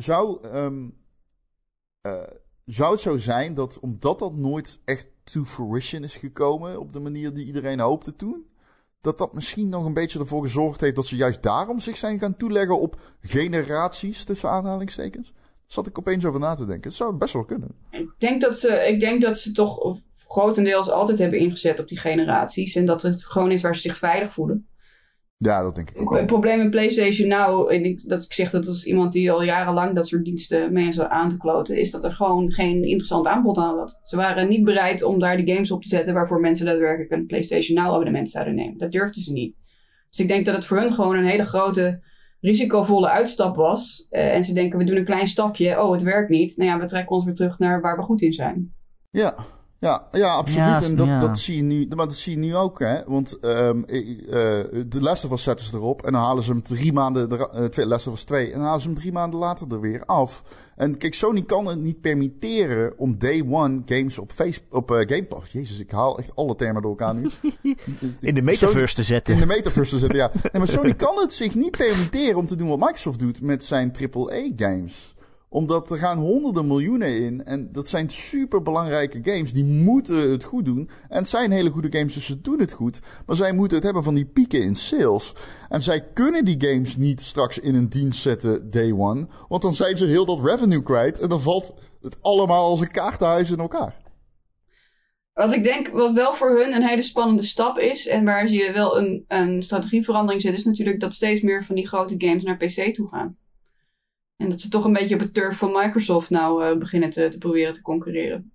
het zo zijn dat, omdat dat nooit echt to fruition is gekomen op de manier die iedereen hoopte toen, dat misschien nog een beetje ervoor gezorgd heeft dat ze juist daarom zich zijn gaan toeleggen op generaties, tussen aanhalingstekens? Daar zat ik opeens over na te denken. Het zou best wel kunnen. Ik denk dat ze toch grotendeels altijd hebben ingezet op die generaties. En dat het gewoon is waar ze zich veilig voelen. Ja, dat denk ik ook. Het probleem met PlayStation Now, en ik zeg dat als iemand die al jarenlang dat soort diensten mee is aan te kloten, is dat er gewoon geen interessant aanbod aan had. Ze waren niet bereid om daar de games op te zetten waarvoor mensen daadwerkelijk een PlayStation Now abonnement zouden nemen. Dat durfden ze niet. Dus ik denk dat het voor hun gewoon een hele grote, risicovolle uitstap was. En ze denken, we doen een klein stapje. Oh, het werkt niet. Nou ja, we trekken ons weer terug naar waar we goed in zijn. Ja, absoluut. Ja, en dat zie je nu. Maar dat zie je nu ook, hè? Want de Last of Us zetten ze erop en dan halen ze hem 3 maanden. Last of Us 2 en dan halen ze hem 3 maanden later er weer af. En kijk, Sony kan het niet permitteren om day one games op Game Pass. Jezus, ik haal echt alle termen door elkaar nu. In de metaverse te zetten. In de metaverse te zetten, ja. Nee, maar Sony kan het zich niet permitteren om te doen wat Microsoft doet met zijn AAA-games. Omdat er gaan honderden miljoenen in. En dat zijn super belangrijke games. Die moeten het goed doen. En het zijn hele goede games, dus ze doen het goed. Maar zij moeten het hebben van die pieken in sales. En zij kunnen die games niet straks in een dienst zetten day one. Want dan zijn ze heel dat revenue kwijt. En dan valt het allemaal als een kaartenhuis in elkaar. Wat ik denk, wat wel voor hun een hele spannende stap is. En waar je wel een strategieverandering zit. Is natuurlijk dat steeds meer van die grote games naar PC toe gaan. En dat ze toch een beetje op het turf van Microsoft nou beginnen te proberen te concurreren.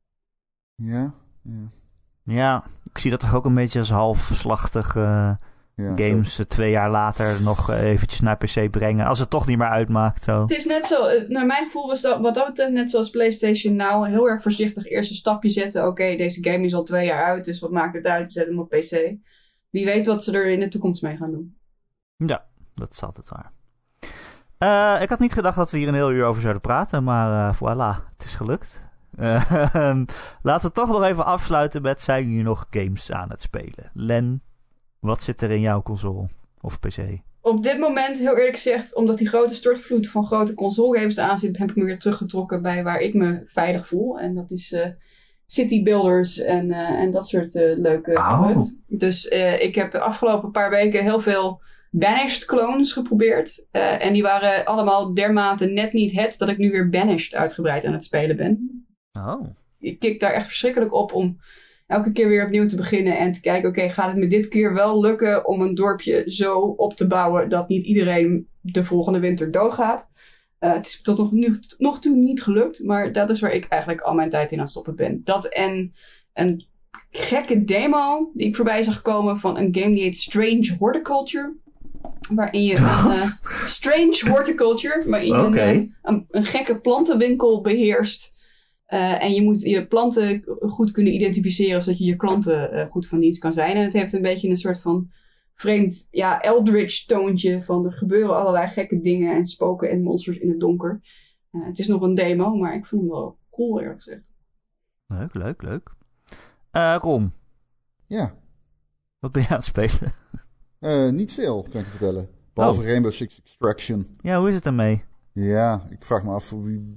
Ja. Ik zie dat toch ook een beetje als halfslachtig games 2 jaar later nog eventjes naar PC brengen. Als het toch niet meer uitmaakt. Zo. Het is net zo, naar mijn gevoel was dat wat dat betreft net zoals PlayStation nou heel erg voorzichtig eerst een stapje zetten. Oké, deze game is al 2 jaar uit, dus wat maakt het uit? We zetten hem op PC. Wie weet wat ze er in de toekomst mee gaan doen. Ja, dat is altijd waar. Ik had niet gedacht dat we hier een heel uur over zouden praten, maar voilà, het is gelukt. Laten we toch nog even afsluiten met, zijn jullie nog games aan het spelen? Len, wat zit er in jouw console of PC? Op dit moment, heel eerlijk gezegd, omdat die grote stortvloed van grote consolegames eraan zit, heb ik me weer teruggetrokken bij waar ik me veilig voel. En dat is city builders en dat soort leuke geluid. Dus ik heb de afgelopen paar weken heel veel Banished clones geprobeerd. En die waren allemaal dermate net niet het dat ik nu weer Banished uitgebreid aan het spelen ben. Oh. Ik kik daar echt verschrikkelijk op om elke keer weer opnieuw te beginnen en te kijken, oké, gaat het me dit keer wel lukken om een dorpje zo op te bouwen dat niet iedereen de volgende winter doodgaat. Het is tot nog toe niet gelukt, maar dat is waar ik eigenlijk al mijn tijd in aan het stoppen ben. Dat en een gekke demo die ik voorbij zag komen van een game die heet Strange Horticulture. Waarin je Strange Horticulture, waarin je een gekke plantenwinkel beheerst. En je moet je planten goed kunnen identificeren, zodat je je klanten goed van dienst kan zijn. En het heeft een beetje een soort van vreemd, Eldritch toontje van er gebeuren allerlei gekke dingen en spoken en monsters in het donker. Het is nog een demo, maar ik vond hem wel cool, eerlijk gezegd. Leuk. Ron. Ja. Wat ben je aan het spelen? Niet veel, kan ik je vertellen. Behalve Rainbow Six Extraction. Ja, hoe is het ermee? Ja, ik vraag me af voor wie...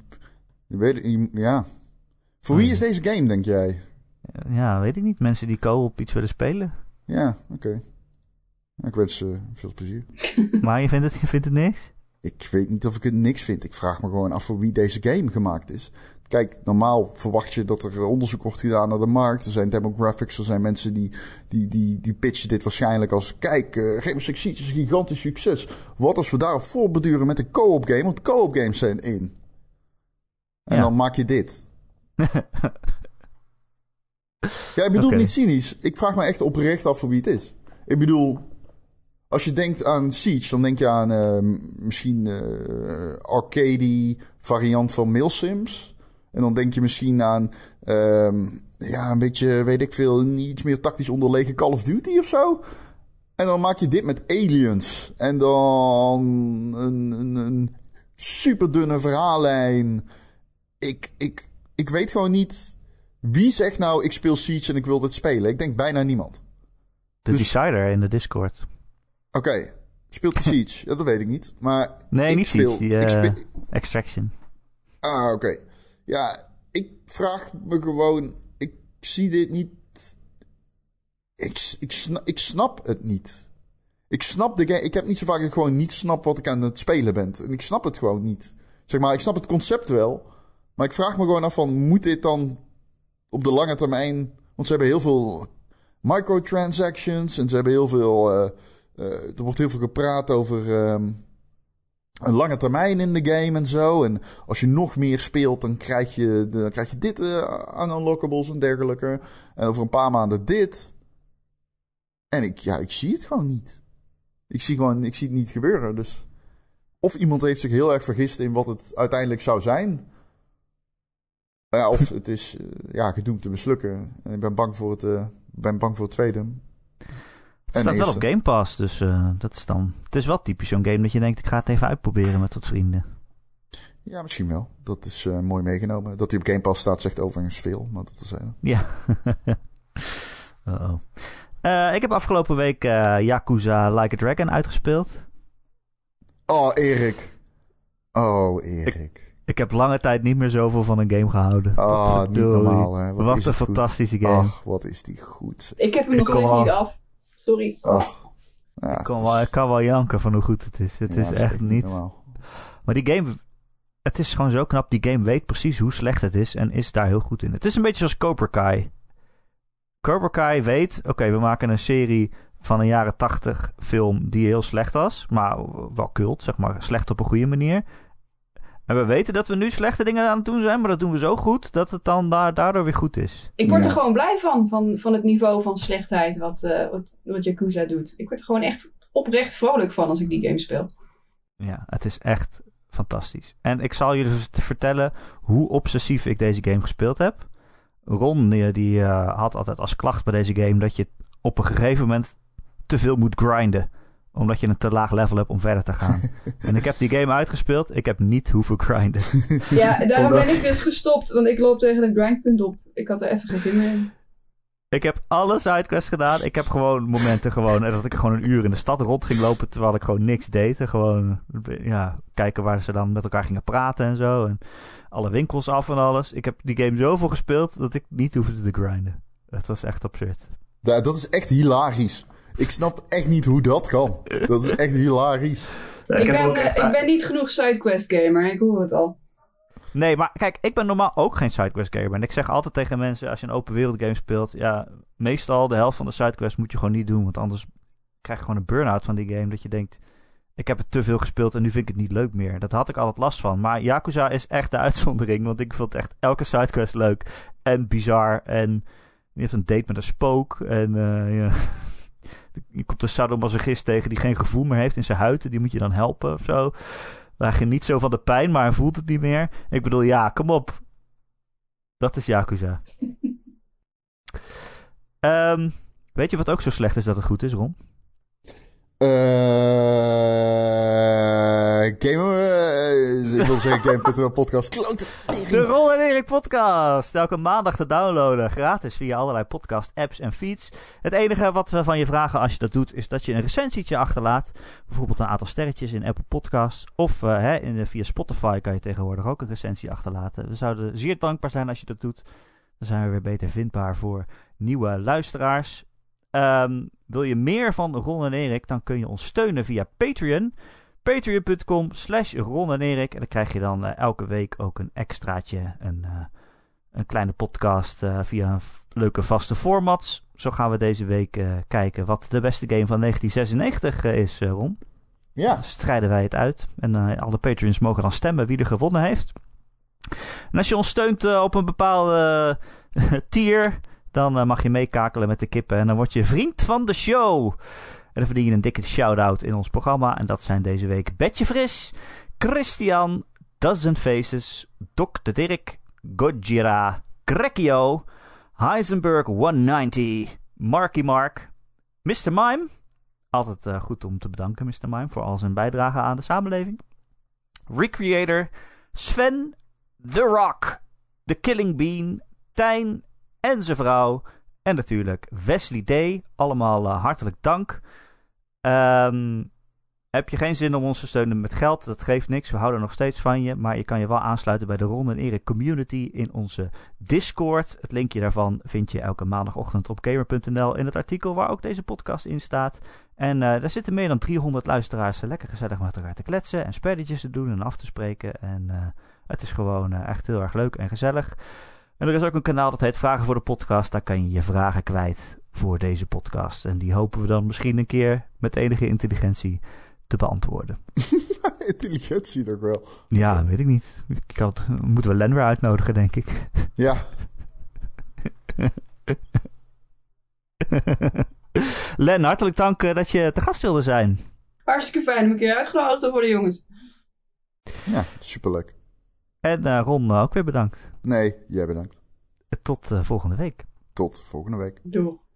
Voor wie is deze game, denk jij? Ja, weet ik niet. Mensen die co-op iets willen spelen. Ja, oké. Ik wens veel plezier. Maar je vindt het niks? Ik weet niet of ik het niks vind. Ik vraag me gewoon af voor wie deze game gemaakt is. Kijk, normaal verwacht je dat er onderzoek wordt gedaan naar de markt. Er zijn demographics, er zijn mensen die pitchen dit waarschijnlijk als... Kijk, Rainbow Six Siege is een gigantisch succes. Wat als we daarop voorbeduren met een co-op game? Want co-op games zijn in. En dan maak je dit. Ja, ik bedoel niet cynisch. Ik vraag me echt oprecht af voor wie het is. Ik bedoel, als je denkt aan Siege, dan denk je aan misschien arcade variant van Mail Sims. En dan denk je misschien aan een beetje, weet ik veel, iets meer tactisch onderlegen Call of Duty of zo. En dan maak je dit met aliens. En dan een super dunne verhaallijn. Ik weet gewoon niet... Wie zegt nou, ik speel Siege en ik wil dit spelen? Ik denk bijna niemand. De Decider in de Discord. Oké, speelt hij Siege? Ja, dat weet ik niet. Maar nee, niet Siege. Extraction. Ah, oké. Ja, ik vraag me gewoon... Ik zie dit niet... Ik snap het niet. Ik snap de game... Ik heb niet zo vaak dat ik gewoon niet snap wat ik aan het spelen ben. En ik snap het gewoon niet. Zeg maar, ik snap het concept wel. Maar ik vraag me gewoon af van... Moet dit dan op de lange termijn... Want ze hebben heel veel microtransactions. En ze hebben heel veel... er wordt heel veel gepraat over... een lange termijn in de game en zo. En als je nog meer speelt, dan krijg je dit aan unlockables en dergelijke. En over een paar maanden dit. En ik zie het gewoon niet. Ik zie het niet gebeuren. Dus of iemand heeft zich heel erg vergist in wat het uiteindelijk zou zijn. Ja, of het is gedoemd te mislukken. En ik ben bang voor het tweede. Het staat wel op Game Pass, dus dat is dan... Het is wel typisch zo'n game dat je denkt... ik ga het even uitproberen met wat vrienden. Ja, misschien wel. Dat is mooi meegenomen. Dat hij op Game Pass staat zegt overigens veel, maar dat is ja. Ik heb afgelopen week Yakuza Like a Dragon uitgespeeld. Oh, Erik. Ik heb lange tijd niet meer zoveel van een game gehouden. Oh, niet normaal, hè. Wat een fantastische game. Ach, wat is die goed. Ik heb hem nog steeds niet af. Sorry. Ja, ik kan wel janken van hoe goed het is. Het is echt niet... Normaal. Maar die game... Het is gewoon zo knap. Die game weet precies hoe slecht het is en is daar heel goed in. Het is een beetje zoals Cobra Kai. Cobra Kai weet... Oké, we maken een serie van een jaren 80 film die heel slecht was. Maar wel cult, zeg maar. Slecht op een goede manier. En we weten dat we nu slechte dingen aan het doen zijn, maar dat doen we zo goed dat het dan daardoor weer goed is. Ik word er gewoon blij van het niveau van slechtheid wat Yakuza doet. Ik word er gewoon echt oprecht vrolijk van als ik die game speel. Ja, het is echt fantastisch. En ik zal jullie vertellen hoe obsessief ik deze game gespeeld heb. Ron die had altijd als klacht bij deze game dat je op een gegeven moment te veel moet grinden. Omdat je een te laag level hebt om verder te gaan. En ik heb die game uitgespeeld. Ik heb niet hoeven grinden. Ja, daarom ben ik dus gestopt. Want ik loop tegen een grindpunt op. Ik had er even geen zin meer in. Ik heb alle sidequests gedaan. Ik heb gewoon momenten dat ik gewoon een uur in de stad rond ging lopen. Terwijl ik gewoon niks deed. En gewoon kijken waar ze dan met elkaar gingen praten en zo. En alle winkels af en alles. Ik heb die game zoveel gespeeld dat ik niet hoefde te grinden. Het was echt absurd. Ja, dat is echt hilarisch. Ik snap echt niet hoe dat kan. Dat is echt hilarisch. Ik ben niet genoeg sidequest gamer. Ik hoor het al. Nee, maar kijk, ik ben normaal ook geen sidequest gamer. En ik zeg altijd tegen mensen, als je een open wereld game speelt... Ja, meestal de helft van de sidequest moet je gewoon niet doen. Want anders krijg je gewoon een burn-out van die game. Dat je denkt, ik heb het te veel gespeeld en nu vind ik het niet leuk meer. Dat had ik altijd last van. Maar Yakuza is echt de uitzondering. Want ik vond echt elke sidequest leuk. En bizar. En je hebt een date met een spook. En ja... Je komt een sadomasochist tegen die geen gevoel meer heeft in zijn huid. Die moet je dan helpen of zo. Hij geniet zo van de pijn, maar hij voelt het niet meer. Ik bedoel, ja, kom op. Dat is Yakuza. Weet je wat ook zo slecht is dat het goed is, Ron? Ik wil zeggen Game.nl podcast. De Ron en Erik podcast. Elke maandag te downloaden. Gratis via allerlei podcast apps en feeds. Het enige wat we van je vragen als je dat doet... is dat je een recensietje achterlaat. Bijvoorbeeld een aantal sterretjes in Apple Podcasts. Of via Spotify kan je tegenwoordig ook een recensie achterlaten. We zouden zeer dankbaar zijn als je dat doet. Dan zijn we weer beter vindbaar voor nieuwe luisteraars. Wil je meer van Ron en Erik, dan kun je ons steunen via Patreon. Patreon.com/Ron en Erik. En dan krijg je dan elke week ook een extraatje. Een kleine podcast via leuke vaste formats. Zo gaan we deze week kijken wat de beste game van 1996 is, Ron. Ja. Dan strijden wij het uit. En alle Patreons mogen dan stemmen wie er gewonnen heeft. En als je ons steunt op een bepaalde tier... dan mag je meekakelen met de kippen. En dan word je vriend van de show. En dan verdien je een dikke shout-out in ons programma. En dat zijn deze week Betje Fris, Christian, Dozen Faces, Dr. Dirk, Gojira, Grekio, Heisenberg 190, Marky Mark, Mr. Mime. Altijd goed om te bedanken, Mr. Mime, voor al zijn bijdrage aan de samenleving. Recreator, Sven, The Rock, The Killing Bean, Tijn en zijn vrouw. En natuurlijk Wesley D. Allemaal hartelijk dank. Heb je geen zin om ons te steunen met geld? Dat geeft niks. We houden nog steeds van je. Maar je kan je wel aansluiten bij de Ron en Erik community in onze Discord. Het linkje daarvan vind je elke maandagochtend op gamer.nl in het artikel waar ook deze podcast in staat. En daar zitten meer dan 300 luisteraars lekker gezellig met elkaar te kletsen en spelletjes te doen en af te spreken. En het is gewoon echt heel erg leuk en gezellig. En er is ook een kanaal dat heet Vragen voor de Podcast. Daar kan je je vragen kwijt voor deze podcast. En die hopen we dan misschien een keer met enige intelligentie te beantwoorden. Intelligentie nog wel. Ja, weet ik niet. Moeten we Len weer uitnodigen, denk ik. Ja. Len, hartelijk dank dat je te gast wilde zijn. Hartstikke fijn om een keer uitgenodigd te worden, jongens. Ja, superleuk. En Ron, ook weer bedankt. Nee, jij bedankt. Tot volgende week. Tot volgende week. Doei.